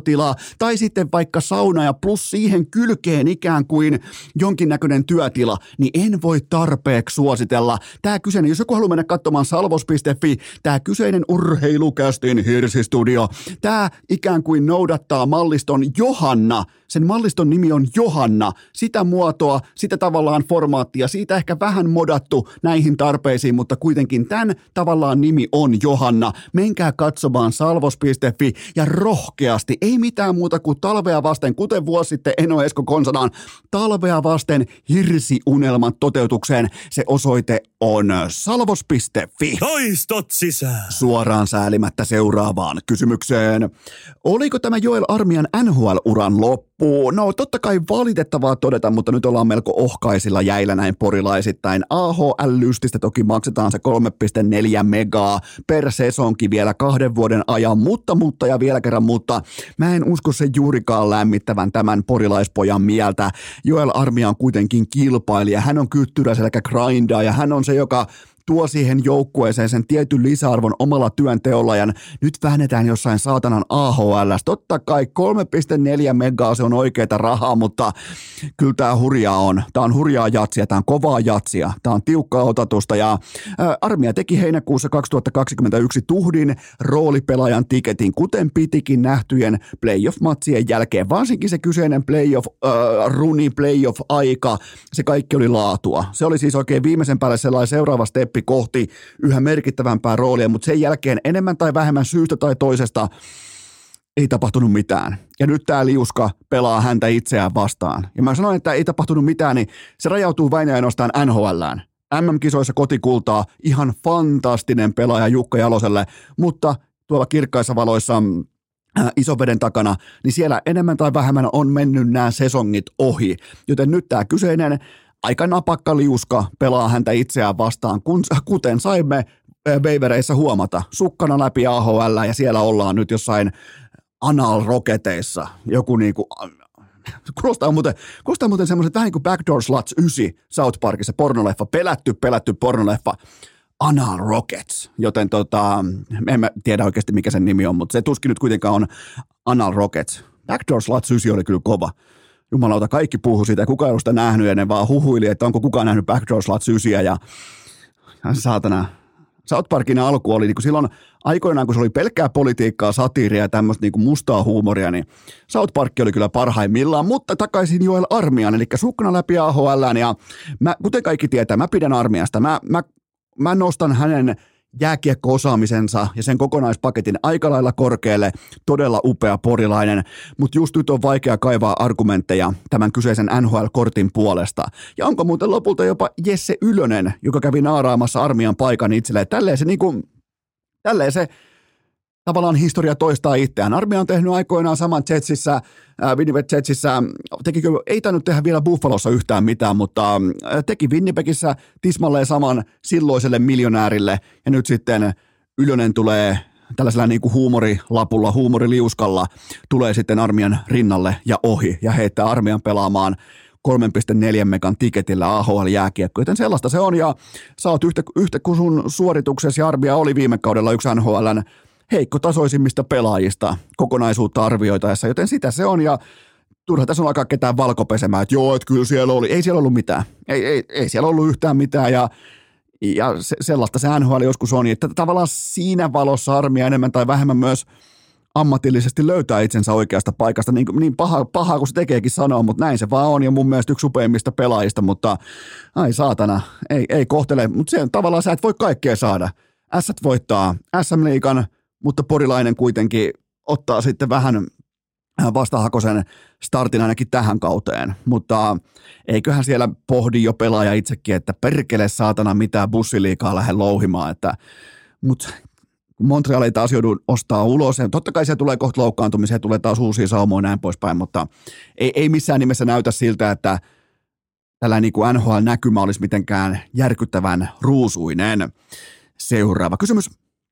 lepotilaa tai sitten vaikka sauna ja plus siihen kylkeen ikään kuin jonkinnäköinen työtila, niin en voi tarpeeksi suositella. Tämä kyseinen, jos joku haluaa mennä katsomaan salvos piste fi, tämä kyseinen urheilukästin hirsistudio, tämä ikään kuin noudattaa malliston Johanna, sen malliston nimi on Johanna, sitä muotoa, sitä tavallaan formaattia, siitä ehkä vähän modattu näihin tarpeisiin, mutta kuitenkin tämän tavallaan nimi on Johanna. Menkää katsomaan salvos piste fi ja rohkeasti, ei mitään muuta kuin talvea vasten, kuten vuosi sitten Eno Esko konsanaan, talvea vasten hirsiunelman toteutukseen. Se osoite on salvos piste fi. Toistot sisään. Suoraan säälimättä seuraavaan kysymykseen. Oliko tämä Joel Armian N H L-uran loppu? No totta kai valitettavaa todeta, mutta nyt ollaan melko ohkaisilla jäillä näin porilaisittain. A H L-lystistä toki maksetaan se kolme pilkku neljä megaa per sesonki vielä kahden vuoden ajan, mutta, mutta ja vielä kerran, mutta mä en usko sen juurikaan lämmittävän tämän porilaispojan mieltä. Joel Armia on kuitenkin kilpailija, hän on kyttyrä selkä grindaa ja hän on se, joka tuo siihen joukkueeseen sen tietyn lisäarvon omalla työnteolla ja nyt väännetään jossain saatanan A H L. Totta kai kolme pilkku neljä megaa se on oikeita rahaa, mutta kyllä tämä hurjaa on. Tämä on hurjaa jatsia, tämä on kovaa jatsia, tämä on tiukkaa otatusta ja ää, Armia teki heinäkuussa kaksituhattakaksikymmentäyksi tuhdin roolipelaajan tiketin, kuten pitikin nähtyjen playoff-matsien jälkeen. Varsinkin se kyseinen playoff-runi, äh, playoff-aika, se kaikki oli laatua. Se oli siis oikein viimeisen päälle sellainen seuraava steppi kohti yhä merkittävämpää roolia, mutta sen jälkeen enemmän tai vähemmän syystä tai toisesta ei tapahtunut mitään. Ja nyt tämä liuska pelaa häntä itseään vastaan. Ja mä sanoin, että ei tapahtunut mitään, niin se rajautuu vain ja ainoastaan N H L:ään. M M-kisoissa kotikultaa, ihan fantastinen pelaaja Jukka Jaloselle, mutta tuolla kirkkaissa valoissa äh, Isoveden takana, niin siellä enemmän tai vähemmän on mennyt nämä sesongit ohi. Joten nyt tämä kyseinen aika napakka liuska pelaa häntä itseään vastaan, kun, kuten saimme veivereissä huomata. Sukkana läpi A H L ja siellä ollaan nyt jossain anal-roketeissa. Joku niinku, kuulostaa muuten, kuulostaa muuten semmoiset vähän niin kuin Backdoor Sluts yhdeksän South Parkissa pornoleffa, pelätty, pelätty pornoleffa. Anal Rockets, joten tota, en mä tiedä oikeasti mikä sen nimi on, mutta se tuskin nyt kuitenkaan on Anal Rockets. Backdoor Sluts yhdeksän oli kyllä kova. Jumalauta, kaikki puhui siitä ja kukaan ei ollut sitä nähnyt ja ne vaan huhuili, että onko kukaan nähnyt Backdoor Sluts yhdeksän ja saatana. South Parkin alku oli niin kuin silloin aikoinaan, kun se oli pelkkää politiikkaa, satiiria ja tämmöistä niin kuin mustaa huumoria, niin South Park oli kyllä parhaimmillaan, mutta takaisin Joel Armiaan, eli sukkana läpi A H L:ään ja mä, kuten kaikki tietää, mä pidän Armiasta, mä, mä, mä nostan hänen jääkiekko-osaamisensa ja sen kokonaispaketin aika lailla korkealle, todella upea porilainen, mutta just nyt on vaikea kaivaa argumentteja tämän kyseisen N H L-kortin puolesta. Ja onko muuten lopulta jopa Jesse Ylönen, joka kävi naaraamassa Armian paikan itselleen. Tälleen se, niinku, tälleen se tavallaan historia toistaa itseään. Armia on tehnyt aikoinaan saman Jetsissä, äh, Winnipeg Jetsissä, tekikö, ei tainnut tehdä vielä Buffalossa yhtään mitään, mutta äh, teki Winnipegissä tismalleen saman silloiselle miljonäärille, ja nyt sitten Ylönen tulee tällaisella niin kuin huumorilapulla, huumoriliuskalla, tulee sitten Armian rinnalle ja ohi, ja heittää Armian pelaamaan kolme pilkku neljä megan tiketillä A H L-jääkiekko, joten sellaista se on, ja sä oot yhtä, yhtä kuin sun suorituksesi, Armia oli viime kaudella yksi N H L:n heikkotasoisimmista pelaajista kokonaisuutta arvioitaessa, joten sitä se on, ja turha tässä on alkaa ketään valkopesemään, että joo, että kyllä siellä oli, ei siellä ollut mitään, ei, ei, ei siellä ollut yhtään mitään, ja, ja se, sellaista se N H L joskus on, että tavallaan siinä valossa Armia enemmän tai vähemmän myös ammatillisesti löytää itsensä oikeasta paikasta, niin, niin paha, paha kuin se tekeekin sanoa, mutta näin se vaan on, ja mun mielestä yksi upeimmista pelaajista, mutta ai saatana, ei, ei kohtele, mutta se on tavallaan, sä et voi kaikkea saada. Ässät voittaa S M-liigan, mutta porilainen kuitenkin ottaa sitten vähän vastahakoisen startin ainakin tähän kauteen, mutta eiköhän siellä pohdi jo pelaaja itsekin, että perkele saatana mitään bussiliikaa lähde louhimaan, että mutta Montreal ei taas joudu ostaa ulos, ja totta kai siellä tulee kohta loukkaantumisia, tulee taas uusia saumoja näin poispäin, mutta ei, ei missään nimessä näytä siltä, että tällainen niin kuin N H L-näkymä olisi mitenkään järkyttävän ruusuinen. Seuraava kysymys.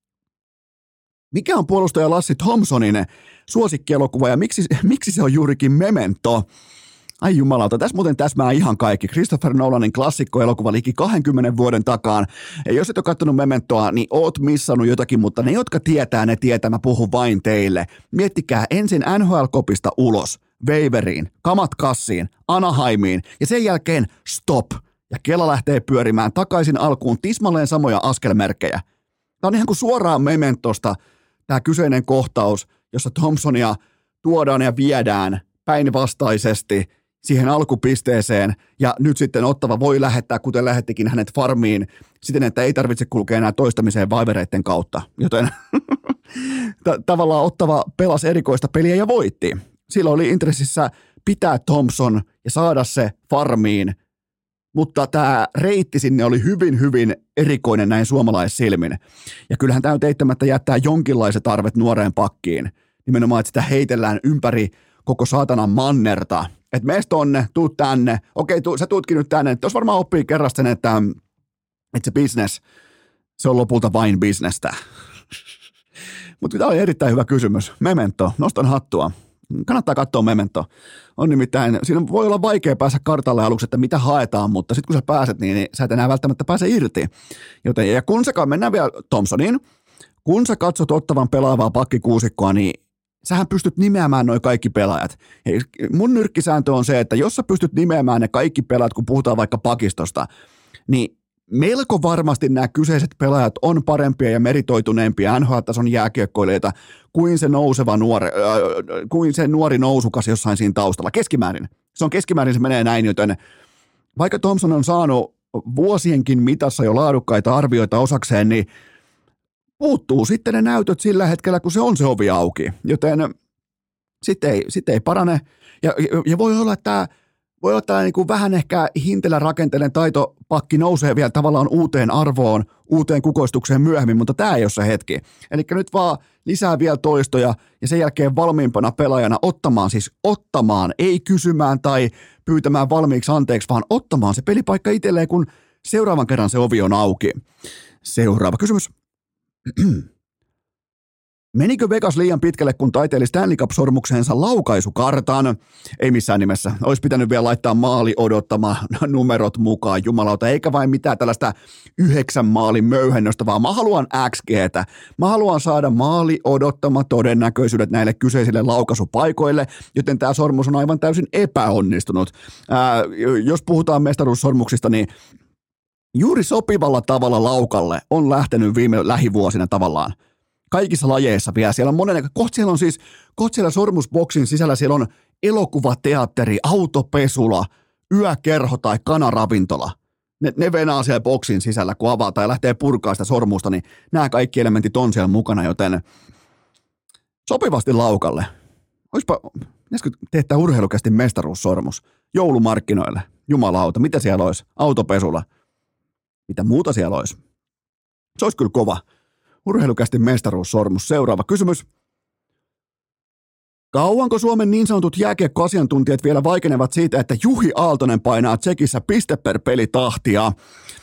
Mikä on puolustaja Lassi Thompsonin suosikkielokuva ja miksi, miksi se on juurikin Memento? Ai jumalauta, tässä muuten täsmää ihan kaikki. Christopher Nolanin klassikkoelokuva liki kaksikymmentä vuoden takaan. Ja jos et ole katsonut Mementoa, niin oot missannut jotakin, mutta ne, jotka tietää, ne tietää, mä puhun vain teille. Miettikää ensin N H L-kopista ulos, Waveriin, kamat kassiin, Anaheimiin ja sen jälkeen stop. Ja kello lähtee pyörimään takaisin alkuun tismalleen samoja askelmerkkejä. Tämä on ihan kuin suoraan Mementosta tämä kyseinen kohtaus, jossa Thompsonia tuodaan ja viedään päinvastaisesti siihen alkupisteeseen, ja nyt sitten Ottava voi lähettää, kuten lähettikin hänet farmiin, siten, että ei tarvitse kulkea enää toistamiseen vaivereiden kautta. Joten t- tavallaan Ottava pelasi erikoista peliä ja voitti. Silloin oli intressissä pitää Thompson ja saada se farmiin, mutta tämä reitti sinne oli hyvin, hyvin erikoinen näin suomalaissilmin. Ja kyllähän tämä nyt eittämättä jättää jonkinlaiset arvet nuoreen pakkiin. Nimenomaan, että sitä heitellään ympäri koko saatanan mannerta. Että mees tonne, tuu tänne. Okei, tuu, sä tuutkin nyt tänne. Tuossa varmaan oppii kerran sen, että, että se business, se on lopulta vain bisnestä. Mutta tämä oli erittäin hyvä kysymys. Memento, nostan hattua. Kannattaa katsoa Memento. On nimittäin, siinä voi olla vaikea päästä kartalle aluksi, että mitä haetaan, mutta sitten kun sä pääset, niin, niin sä et enää välttämättä pääse irti. Joten, ja kun sä, mennään vielä Thompsoniin, kun sä katsot Ottavan pelaavaa pakkikuusikkoa, niin sähän pystyt nimeämään noi kaikki pelaajat. Hei, mun nyrkkisääntö on se, että jos sä pystyt nimeämään ne kaikki pelaajat, kun puhutaan vaikka pakistosta, niin melko varmasti nämä kyseiset pelaajat on parempia ja meritoituneempia N H L-tason jääkiekkoilijoita kuin se nouseva nuori, äh, kuin se nuori nousukas jossain siinä taustalla. Keskimäärin. Se on keskimäärin, se menee näin, joten vaikka Thompson on saanut vuosienkin mitassa jo laadukkaita arvioita osakseen, niin puuttuu sitten ne näytöt sillä hetkellä, kun se on se ovi auki. Joten sitten ei, sit ei parane. Ja, ja voi olla, että Voi olla tällainen niin vähän ehkä hintelä rakenteellinen taitopakki nousee vielä tavallaan uuteen arvoon, uuteen kukoistukseen myöhemmin, mutta tämä ei ole se hetki. Eli nyt vaan lisää vielä toistoja ja sen jälkeen valmiimpana pelaajana ottamaan, siis ottamaan, ei kysymään tai pyytämään valmiiksi anteeksi, vaan ottamaan se pelipaikka itselleen, kun seuraavan kerran se ovi on auki. Seuraava kysymys. Menikö Vegas liian pitkälle, kun taiteili Stanley Cup-sormukseensa laukaisukartaan? Ei missään nimessä. Olisi pitänyt vielä laittaa maali odottama numerot mukaan, jumalauta, eikä vain mitään tällaista yhdeksän maalin möyhennöstä, vaan mä haluan X G:tä. Mä haluan saada maali odottama todennäköisyydet näille kyseisille laukaisupaikoille, joten tämä sormus on aivan täysin epäonnistunut. Ää, jos puhutaan mestaruussormuksista, niin juuri sopivalla tavalla laukalle on lähtenyt viime lähivuosina tavallaan. Kaikissa lajeissa vielä. Siellä on monen, kohta siellä on siis, kohta siellä sormusboksin sisällä siellä on elokuvateatteri, autopesula, yökerho tai kanaravintola. Ne, ne venaa siellä boksin sisällä, kun avataan ja lähtee purkaa sitä sormusta, niin nämä kaikki elementit on siellä mukana, joten sopivasti laukalle. Oispa, pitäisikö tehdä urheilukästi mestaruussormus joulumarkkinoille? Jumalauta, mitä siellä olisi? Autopesula. Mitä muuta siellä olisi? Se olisi kyllä kova. Urheilukästi mestaruussormus. Seuraava kysymys. Kauanko Suomen niin sanotut jääkiekkoasiantuntijat vielä vaikenevat siitä, että Juhi Aaltonen painaa Tsekissä piste per peli tahtia?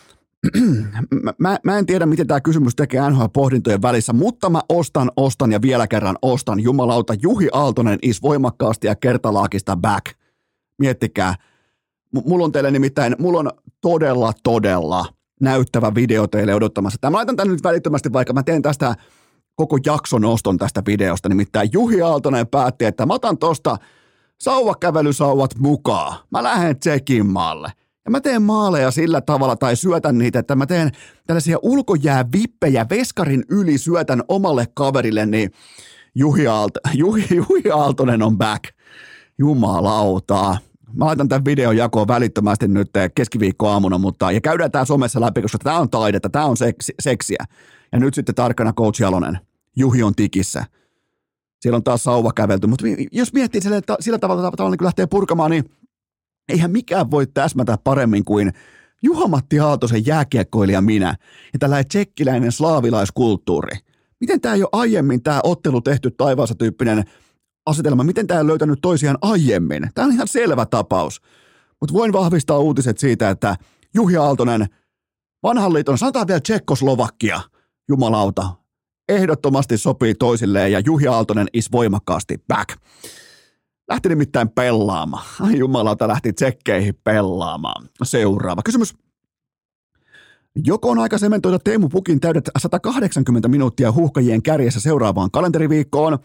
mä, mä en tiedä, miten tämä kysymys tekee N H L-pohdintojen välissä, mutta mä ostan, ostan ja vielä kerran ostan. Jumalauta, Juhi Aaltonen is voimakkaasti ja kertalaakista back. Miettikää. M- mulla on teille nimittäin, mulla on todella, todella näyttävä video teille odottamassa. Tämä laitan tämän nyt välittömästi, vaikka mä teen tästä koko jakson oston tästä videosta. Nimittäin Juhi Aaltonen päätti, että mä otan tosta sauvakävelysauvat mukaan. Mä lähden Tsekin maalle. Ja mä teen maaleja sillä tavalla tai syötän niitä, että mä teen tällaisia ulkojäävippejä veskarin yli syötän omalle kaverille, niin Juhi, Aalt- Juhi, Juhi Aaltonen on back. Jumalautaa. Mä laitan tämän videon jakoon välittömästi nyt keskiviikkoaamuna, mutta ja käydään tää somessa läpi, koska tää on taidetta, tää on seks, seksiä. Ja nyt sitten tarkkana Coach Jalonen. Juhi on tikissä. Siellä on taas sauva kävelty, mutta jos miettii sillä, sillä tavalla, tavalla niin kun lähtee purkamaan, niin eihän mikään voi täsmätä paremmin kuin Juha-Matti Aaltosen jääkiekkoilija minä ja tällainen tsekkiläinen slaavilaiskulttuuri. Miten tämä ei ole aiemmin tämä ottelu tehty taivaassa tyyppinen asetelma, miten tämä on löytänyt toisiaan aiemmin? Tämä on ihan selvä tapaus. Mutta voin vahvistaa uutiset siitä, että Juhi Aaltonen, vanhan liiton, sanotaan vielä Tsekkoslovakia, jumalauta, ehdottomasti sopii toisilleen ja Juhi Aaltonen is voimakkaasti back. Lähti nimittäin pelaamaan. Ai jumalauta, lähti tsekkeihin pelaamaan. Seuraava kysymys. Joko on aika sementoida Teemu Pukin täydet sata kahdeksankymmentä minuuttia Huuhkajien kärjessä seuraavaan kalenteriviikkoon?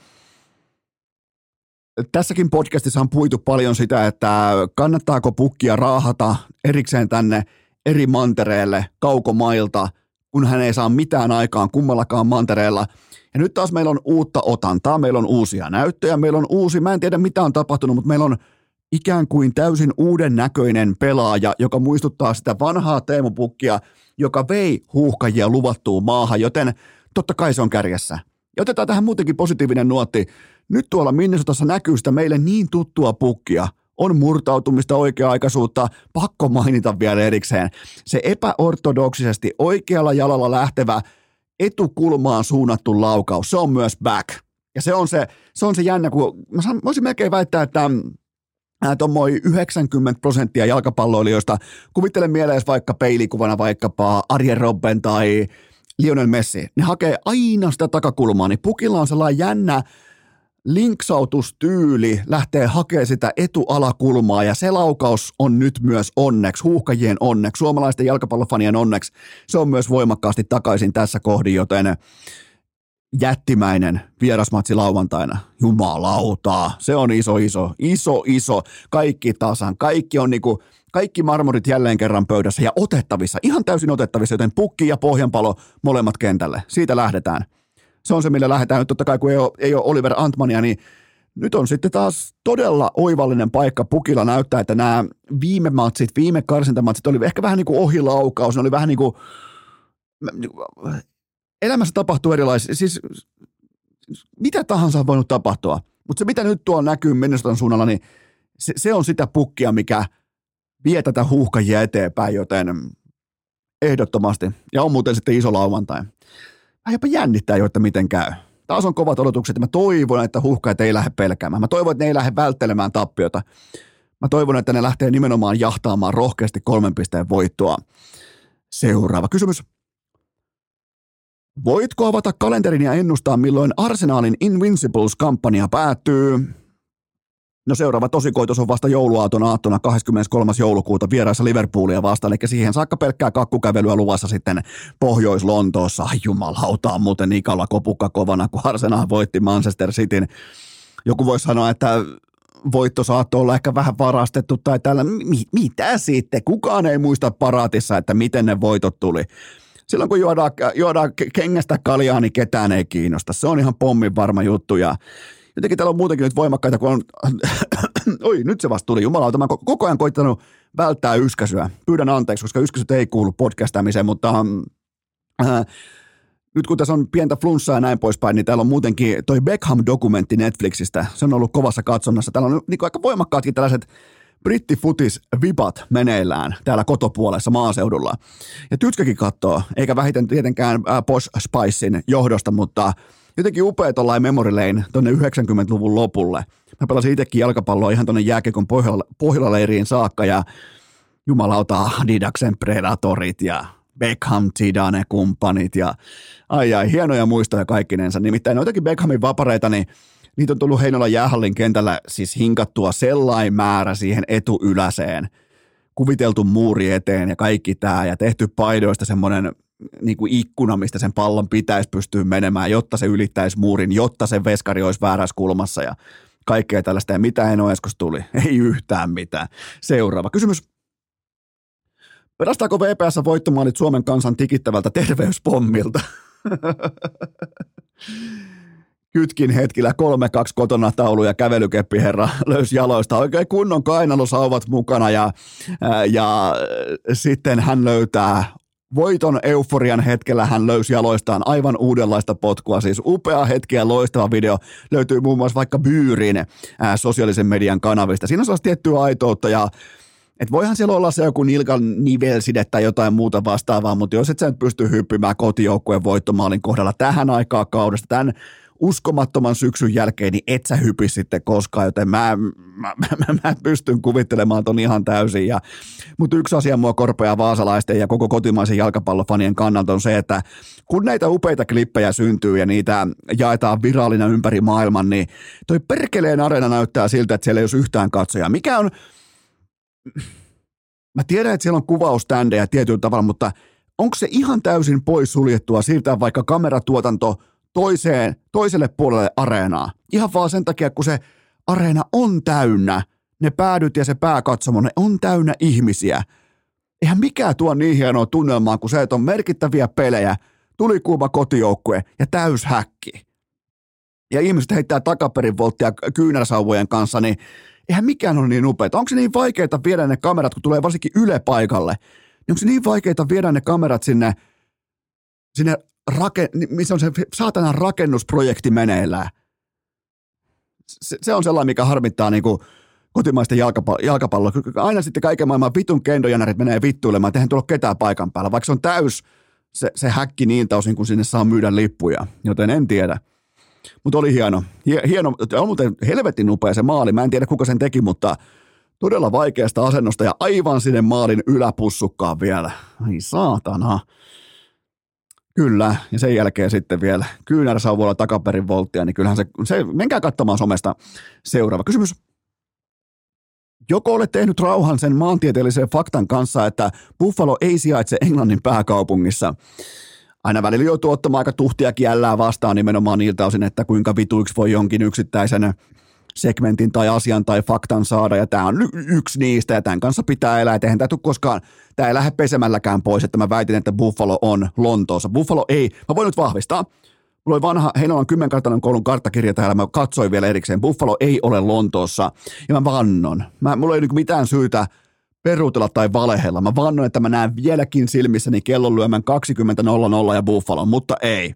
Tässäkin podcastissa on puitu paljon sitä, että kannattaako Pukkia raahata erikseen tänne eri mantereelle kaukomailta, kun hän ei saa mitään aikaan kummallakaan mantereella. Ja nyt taas meillä on uutta otantaa, meillä on uusia näyttöjä, meillä on uusi, mä en tiedä mitä on tapahtunut, mutta meillä on ikään kuin täysin uuden näköinen pelaaja, joka muistuttaa sitä vanhaa Teemu Pukkia, joka vei Huuhkajia luvattuun maahan, joten totta kai se on kärjessä. Ja otetaan tähän muutenkin positiivinen nuotti. Nyt tuolla Minnesotassa näkyy sitä meille niin tuttua Pukkia. On murtautumista, oikea-aikaisuutta, pakko mainita vielä erikseen. Se epäortodoksisesti oikealla jalalla lähtevä etukulmaan suunnattu laukaus, se on myös back. Ja se on se, se, on se jännä, kun mä voisin melkein väittää, että tuommoin yhdeksänkymmentä prosenttia jalkapalloilijoista, kuvittelen mieleen vaikka peilikuvana vaikkapa Arjen Robben tai Lionel Messi, ne hakee aina sitä takakulmaa, niin Pukilla on sellainen jännä linksautustyyli, lähtee hakemaan sitä etualakulmaa, ja se laukaus on nyt myös onneksi, Huuhkajien onneksi, suomalaisten jalkapallofanien onneksi, se on myös voimakkaasti takaisin tässä kohdin, joten jättimäinen vierasmatsi lauantaina, jumalautaa, se on iso, iso, iso, iso, kaikki tasan, kaikki on niinku, kaikki marmorit jälleen kerran pöydässä ja otettavissa, ihan täysin otettavissa, joten Pukki ja Pohjanpalo molemmat kentälle, siitä lähdetään. Se on se, millä lähdetään nyt totta kai, kun ei ole, ei ole Oliver Antmania, niin nyt on sitten taas todella oivallinen paikka Pukilla näyttää, että nämä viime matsit, viime karsintamatsit oli ehkä vähän niin kuin ohilaukaus, ne oli vähän niin kuin, elämässä tapahtuu erilaisia, siis mitä tahansa on voinut tapahtua, mutta se mitä nyt tuolla näkyy Minnesotan suunnalla, niin se, se on sitä Pukkia, mikä vie tätä Huuhkajia eteenpäin, joten ehdottomasti, ja on muuten sitten iso lauantai. Vähän jopa jännittää jo, että miten käy. Taas on kovat odotukset, ja mä toivon, että Huuhkajat ei lähde pelkäämään. Mä toivon, että ne ei lähde välttelemään tappiota. Mä toivon, että ne lähtee nimenomaan jahtaamaan rohkeasti kolmen pisteen voittoa. Seuraava kysymys. Voitko avata kalenterin ja ennustaa, milloin Arsenalin Invincibles-kampanja päättyy? No seuraava tosikoitos on vasta jouluaaton aattona kahdeskymmeneskolmas joulukuuta vieraissa Liverpoolia vastaan, eli siihen saakka pelkkää kakkukävelyä luvassa sitten Pohjois-Lontoossa. Ai jumalauta, on muuten Nikalla kopukka kovana, kun Arsenal voitti Manchester Cityn. Joku voisi sanoa, että voitto saattoi olla ehkä vähän varastettu tai tällä. Mi- mitä sitten? Kukaan ei muista paraatissa, että miten ne voitot tuli. Silloin kun juodaan, juodaan kengästä kaljaa, niin ketään ei kiinnosta. Se on ihan pommin varma juttu ja jotenkin täällä on muutenkin nyt voimakkaita, kun on, oi nyt se vasta tuli, jumalauta, mä oon koko ajan koittanut välttää yskäsyä. Pyydän anteeksi, koska yskäsyt ei kuulu podcastamiseen, mutta äh, nyt kun tässä on pientä flunssaa ja näin poispäin, niin täällä on muutenkin toi Beckham-dokumentti Netflixistä, se on ollut kovassa katsonnassa. Täällä on niin aika voimakkaatkin tällaiset brittifutis-vipat meneillään täällä kotopuolessa maaseudulla. Ja Tytskäkin katsoo, eikä vähiten tietenkään äh, Posh Spicein johdosta, mutta jotenkin upea tollain memory lane tonne yhdeksänkymmentäluvun lopulle. Mä pelasin itsekin jalkapalloa ihan tonne jääkiekon Pohjola-leiriin saakka ja jumalauta Adidaksen Predatorit ja Beckham, Zidane kumppanit ja ai ai, hienoja muistoja kaikkinensa. Nimittäin noitakin Beckhamin vapareita, niin niitä on tullut Heinolan jäähallin kentällä siis hinkattua sellainen määrä siihen etuyläseen, kuviteltu muuri eteen ja kaikki tää ja tehty paidoista semmoinen niin kuin ikkuna, mistä sen pallon pitäisi pystyä menemään, jotta se ylittäisi muurin, jotta se veskari olisi väärässä kulmassa ja kaikkea tällaista. Ja mitä Eno Eskos tuli? Ei yhtään mitään. Seuraava kysymys. Pelastaako V P S voittomaalit Suomen kansan tikittävältä terveyspommilta? Kytkin hetkillä kolme kaksi kotona taulu ja kävelykeppiherra löysi jaloista oikein kunnon kainalusauvat mukana ja, ja sitten hän löytää voiton euforian hetkellä hän löysi jaloistaan aivan uudenlaista potkua, siis upea hetki ja loistava video löytyy muun muassa vaikka Byyrin ää, sosiaalisen median kanavista. Siinä on sellaista tiettyä aitoutta ja et voihan siellä olla se joku nilkan nivelside tai jotain muuta vastaavaa, mutta jos et sä nyt pysty hyppimään kotijoukkueen voittomaalin kohdalla tähän aikaan kaudesta, tämän uskomattoman syksyn jälkeen, niin et sä hypi sitten koskaan, joten mä, mä, mä, mä pystyn kuvittelemaan ton ihan täysin. Ja, mutta yksi asia mua korpea vaasalaisten ja koko kotimaisen jalkapallofanien kannalta on se, että kun näitä upeita klippejä syntyy ja niitä jaetaan virallina ympäri maailman, niin toi perkeleen areena näyttää siltä, että siellä ei ole yhtään katsojaa. Mikä on... Mä tiedän, että siellä on kuvauständejä tietyllä tavalla, mutta onko se ihan täysin pois suljettua siirtää vaikka kameratuotanto toiseen, toiselle puolelle areenaa? Ihan vaan sen takia, kun se areena on täynnä, ne päädyt ja se pääkatsomo, ne on täynnä ihmisiä. Eihän mikään tuo niin hienoa tunnelmaa kuin se, että on merkittäviä pelejä, tulikuuma kotijoukkue ja täyshäkki. Ja ihmiset heittää takaperin volttia kyynärsauvojen kanssa, niin eihän mikään ole niin upeaa. Onko se niin vaikeaa viedä ne kamerat, kun tulee varsinkin ylepaikalle? Niin onko se niin vaikeaa viedä ne kamerat sinne, sinne rake, missä on se saatanan rakennusprojekti meneillään? Se, se on sellainen, mikä harmittaa niin kuin kotimaista jalkapalloa. Jalkapallo. Aina sitten kaiken maailman vitun kendojänärit menee vittuilemaan, että eihän tuolla ketään paikan päällä, vaikka se on täys se, se häkki niin tausin, kun sinne saa myydä lippuja, joten en tiedä. Mutta oli hieno. Hieno, on muuten helvetin upea se maali. Mä en tiedä, kuka sen teki, mutta todella vaikeasta asennosta ja aivan sinne maalin yläpussukkaan vielä. Ai saatana. Kyllä, ja sen jälkeen sitten vielä kyynärsauvoilla takaperin volttia, niin kyllähän se, se, menkää katsomaan somesta seuraava kysymys. Joko olet tehnyt rauhan sen maantieteellisen faktan kanssa, että Buffalo ei sijaitse Englannin pääkaupungissa? Aina välillä joutuu ottamaan aika tuhtiakin jällää vastaan nimenomaan niiltä osin, että kuinka vituiksi voi jonkin yksittäisen segmentin tai asian tai faktan saada, ja tämä on y- yksi niistä, ja tämän kanssa pitää elää, että eihän tämä tule koskaan, tämä ei lähde pesemälläkään pois, että mä väitin, että Buffalo on Lontoossa. Buffalo ei, mä voin nyt vahvistaa, mulla oli vanha Heinolan kymmenkartainen koulun karttakirja täällä, mä katsoin vielä erikseen, Buffalo ei ole Lontoossa, ja mä vannon, mä, mulla ei ole mitään syytä peruutella tai valehella. Mä vannon, että mä näen vieläkin silmissäni kellon lyömän kaksikymmentä nolla nolla ja Buffalo, mutta ei.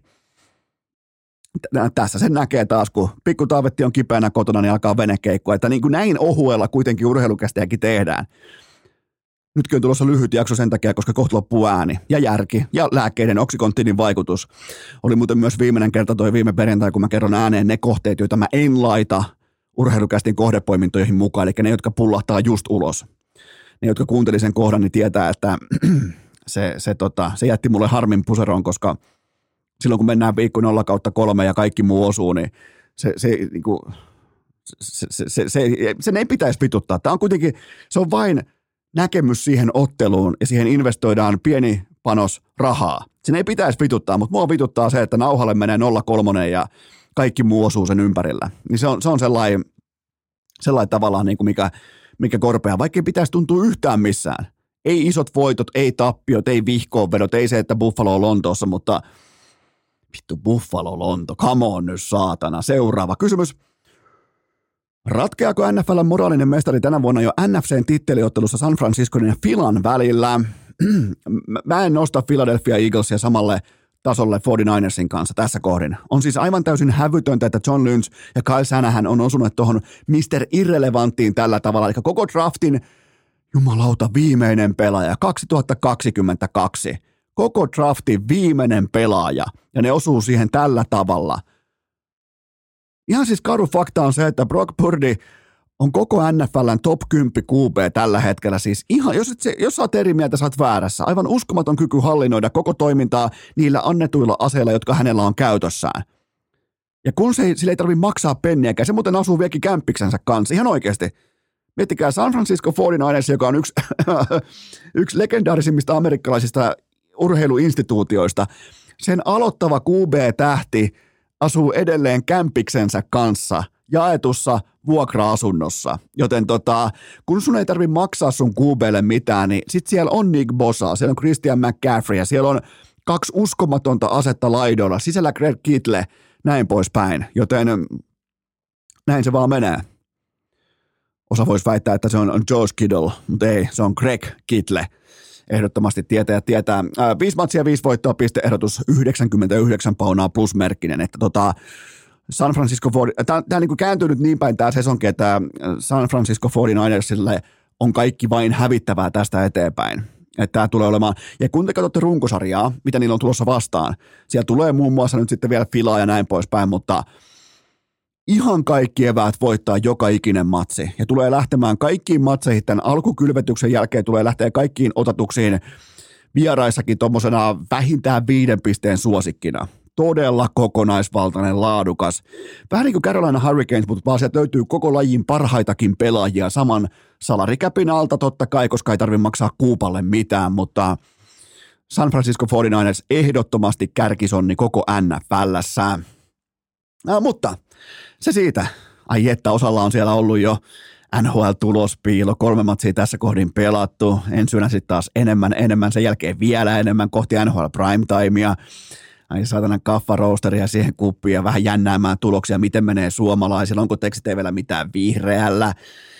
Tässä sen näkee taas, kun pikku Taavetti on kipeänä kotona, niin alkaa venekeikkoa. Että niin kuin näin ohuella kuitenkin urheilukästiäkin tehdään. Nytkin on tulossa lyhyt jakso sen takia, koska kohta loppuu ääni ja järki ja lääkkeiden oksikontinin vaikutus. Oli muuten myös viimeinen kerta toi viime perjantai, kun mä kerron ääneen ne kohteet, joita mä en laita urheilukästin kohdepoimintoihin mukaan, eli ne, jotka pullahtaa just ulos. Ne, jotka kuunteli sen kohdan, niin tietää, että se, se, tota, se jätti mulle harmin puseroon, koska silloin kun mennään viikko nolla kautta kolme ja kaikki muu osuu, niin se, se, niin kuin, se, se, se, se, sen ei pitäisi vituttaa. Tämä on kuitenkin, se on vain näkemys siihen otteluun ja siihen investoidaan pieni panos rahaa. Sen ei pitäisi vituttaa, mutta mua vituttaa se, että nauhalle menee nolla kolme ja kaikki muu osuu sen ympärillä. Niin se on, se on sellainen, sellainen tavallaan, niin kuin mikä, mikä korpea, vaikka ei pitäisi tuntua yhtään missään. Ei isot voitot, ei tappiot, ei vihkoonvedot, ei se, että Buffalo on Lontoossa, mutta vittu Buffalo Lonto, come on nyt saatana. Seuraava kysymys. Ratkeako N F L:n moraalinen mestari tänä vuonna jo N F C:n titteliottelussa San Franciscon ja Philan välillä? Mä en nosta Philadelphia Eaglesia samalle tasolle forty-ninersin kanssa tässä kohdin. On siis aivan täysin hävytöntä, että John Lynch ja Kyle Shanahan on osunut tuohon mister Irrelevanttiin tällä tavalla. Eli koko draftin, jumalauta, viimeinen pelaaja, kaksituhattakaksikymmentäkaksi. Koko draftin viimeinen pelaaja, ja ne osuu siihen tällä tavalla. Ihan siis karu fakta on se, että Brock Purdy on koko N F L:n top kymmenen Q B tällä hetkellä. Siis ihan, jos, et se, jos sä oot eri mieltä, sä oot väärässä. Aivan uskomaton kyky hallinnoida koko toimintaa niillä annetuilla aseilla, jotka hänellä on käytössään. Ja kun se, sillä ei tarvitse maksaa penniäkään, se muuten asuu vieläkin kämppiksensä kanssa. Ihan oikeasti. Miettikää San Francisco forty-niners, joka on yksi, yksi legendaarisimmista amerikkalaisista urheiluinstituutioista. Sen aloittava Q B-tähti asuu edelleen kämpiksensä kanssa jaetussa vuokra-asunnossa. Joten tota, kun sun ei tarvitse maksaa sun Q B:lle mitään, niin sit siellä on Nick Bosa, siellä on Christian McCaffrey ja siellä on kaksi uskomatonta asetta laidoilla, sisällä Greg Kittle, näin poispäin. Joten näin se vaan menee. Osa voisi väittää, että se on Josh Kittle, mutta ei, se on Greg Kittle. Ehdottomasti tietää ja tietää. Ää, viisi matsia, viisi voittoa, pisteehdotus yhdeksänkymmentäyhdeksän paunaa plusmerkkinen, että tota, San Francisco, tämä on niin kääntynyt niin päin tämä sesonki, että San Francisco forty-ninersille on kaikki vain hävittävää tästä eteenpäin. että tämä tulee olemaan. Ja kun te katsotte runkosarjaa, mitä niillä on tulossa vastaan, siellä tulee muun muassa nyt sitten vielä filaa ja näin poispäin, mutta ihan kaikki eväät voittaa joka ikinen matsi. Ja tulee lähtemään kaikkiin matseihin tämän alkukylvetyksen jälkeen, tulee lähteä kaikkiin otatuksiin vieraissakin tuommoisena vähintään viiden pisteen suosikkina. Todella kokonaisvaltainen, laadukas. Vähän niin kuin Carolina Hurricanes, mutta vaan sieltä löytyy koko lajin parhaitakin pelaajia saman salarikäpin alta totta kai, koska ei tarvitse maksaa Kuupalle mitään, mutta San Francisco forty-niners ehdottomasti kärkisonni koko N F L:ssä. No, mutta se siitä. Ai että, osalla on siellä ollut jo N H L-tulospiilo, kolme matsia tässä kohdin pelattu, ensi yönä sitten taas enemmän, enemmän, sen jälkeen vielä enemmän kohti N H L primetimea. Ai saatana kaffaroosteria siihen kuppiin ja vähän jännäämään tuloksia, miten menee suomalaisilla, onko tekstit ei vielä mitään vihreällä.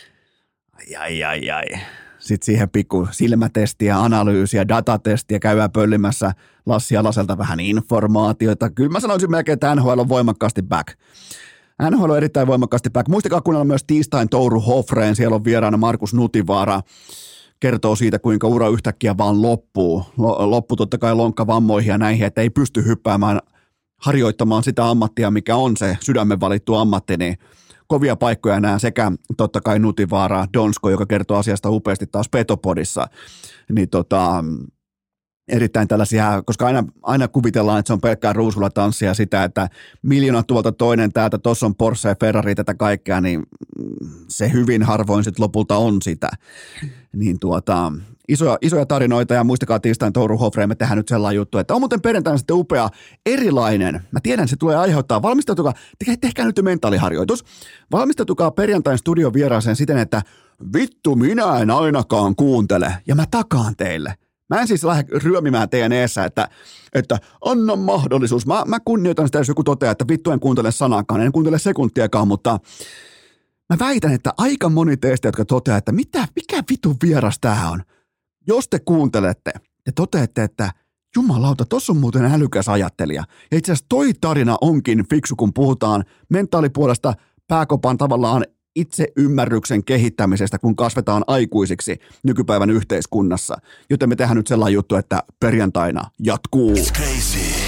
Ai, ai, ai, ai. Sitten siihen pikku silmätestiä, analyysiä, datatestiä, käydään pöllimässä Lassi Alaselta vähän informaatiota. Kyllä mä sanoisin melkein, että N H L on voimakkaasti back. N H L on erittäin voimakkaasti back. Muistakaa kuunnella myös tiistain Touru Hofreen, siellä on vieraana Markus Nutivaara. Kertoo siitä, kuinka ura yhtäkkiä vaan loppuu. Loppu totta kai lonkkavammoihin ja näihin, että ei pysty hyppäämään, harjoittamaan sitä ammattia, mikä on se sydämen valittu ammatti, niin kovia paikkoja nämä sekä totta kai Nutivaara, Donsko, joka kertoo asiasta upeasti taas Petopodissa, niin tota, erittäin tällaisia, koska aina, aina kuvitellaan, että se on pelkkää ruusulla tanssia sitä, että miljoona tuolta toinen täältä, tuossa on Porsche ja Ferrari tätä kaikkea, niin se hyvin harvoin sitten lopulta on sitä. Niin tuota, isoja, isoja tarinoita ja muistakaa tiistain Touru Hofreen, me tehdään nyt sellainen juttu, että on muuten perjantaina sitten upea erilainen. Mä tiedän, se tulee aiheuttaa. Valmistautukaa, te, tehkää nyt mentaaliharjoitus. Valmistautukaa perjantain studion vieraaseen siten, että vittu minä en ainakaan kuuntele ja mä takaan teille. Mä en siis lähde ryömimään teidän eessä, että, että anna mahdollisuus. Mä, mä kunnioitan sitä, jos joku toteaa, että vittu en kuuntele sanakaan, en kuuntele sekuntiakaan, mutta mä väitän, että aika moni teistä, jotka toteaa, että mitä, mikä vitun vieras tää on. Jos te kuuntelette, te toteatte, että jumalauta, tossa on muuten älykäs ajattelija. Ja itse asiassa toi tarina onkin fiksu, kun puhutaan mentaalipuolesta pääkopan tavallaan itseymmärryksen kehittämisestä, kun kasvetaan aikuisiksi nykypäivän yhteiskunnassa. Joten me tehdään nyt sellainen juttu, että perjantaina jatkuu.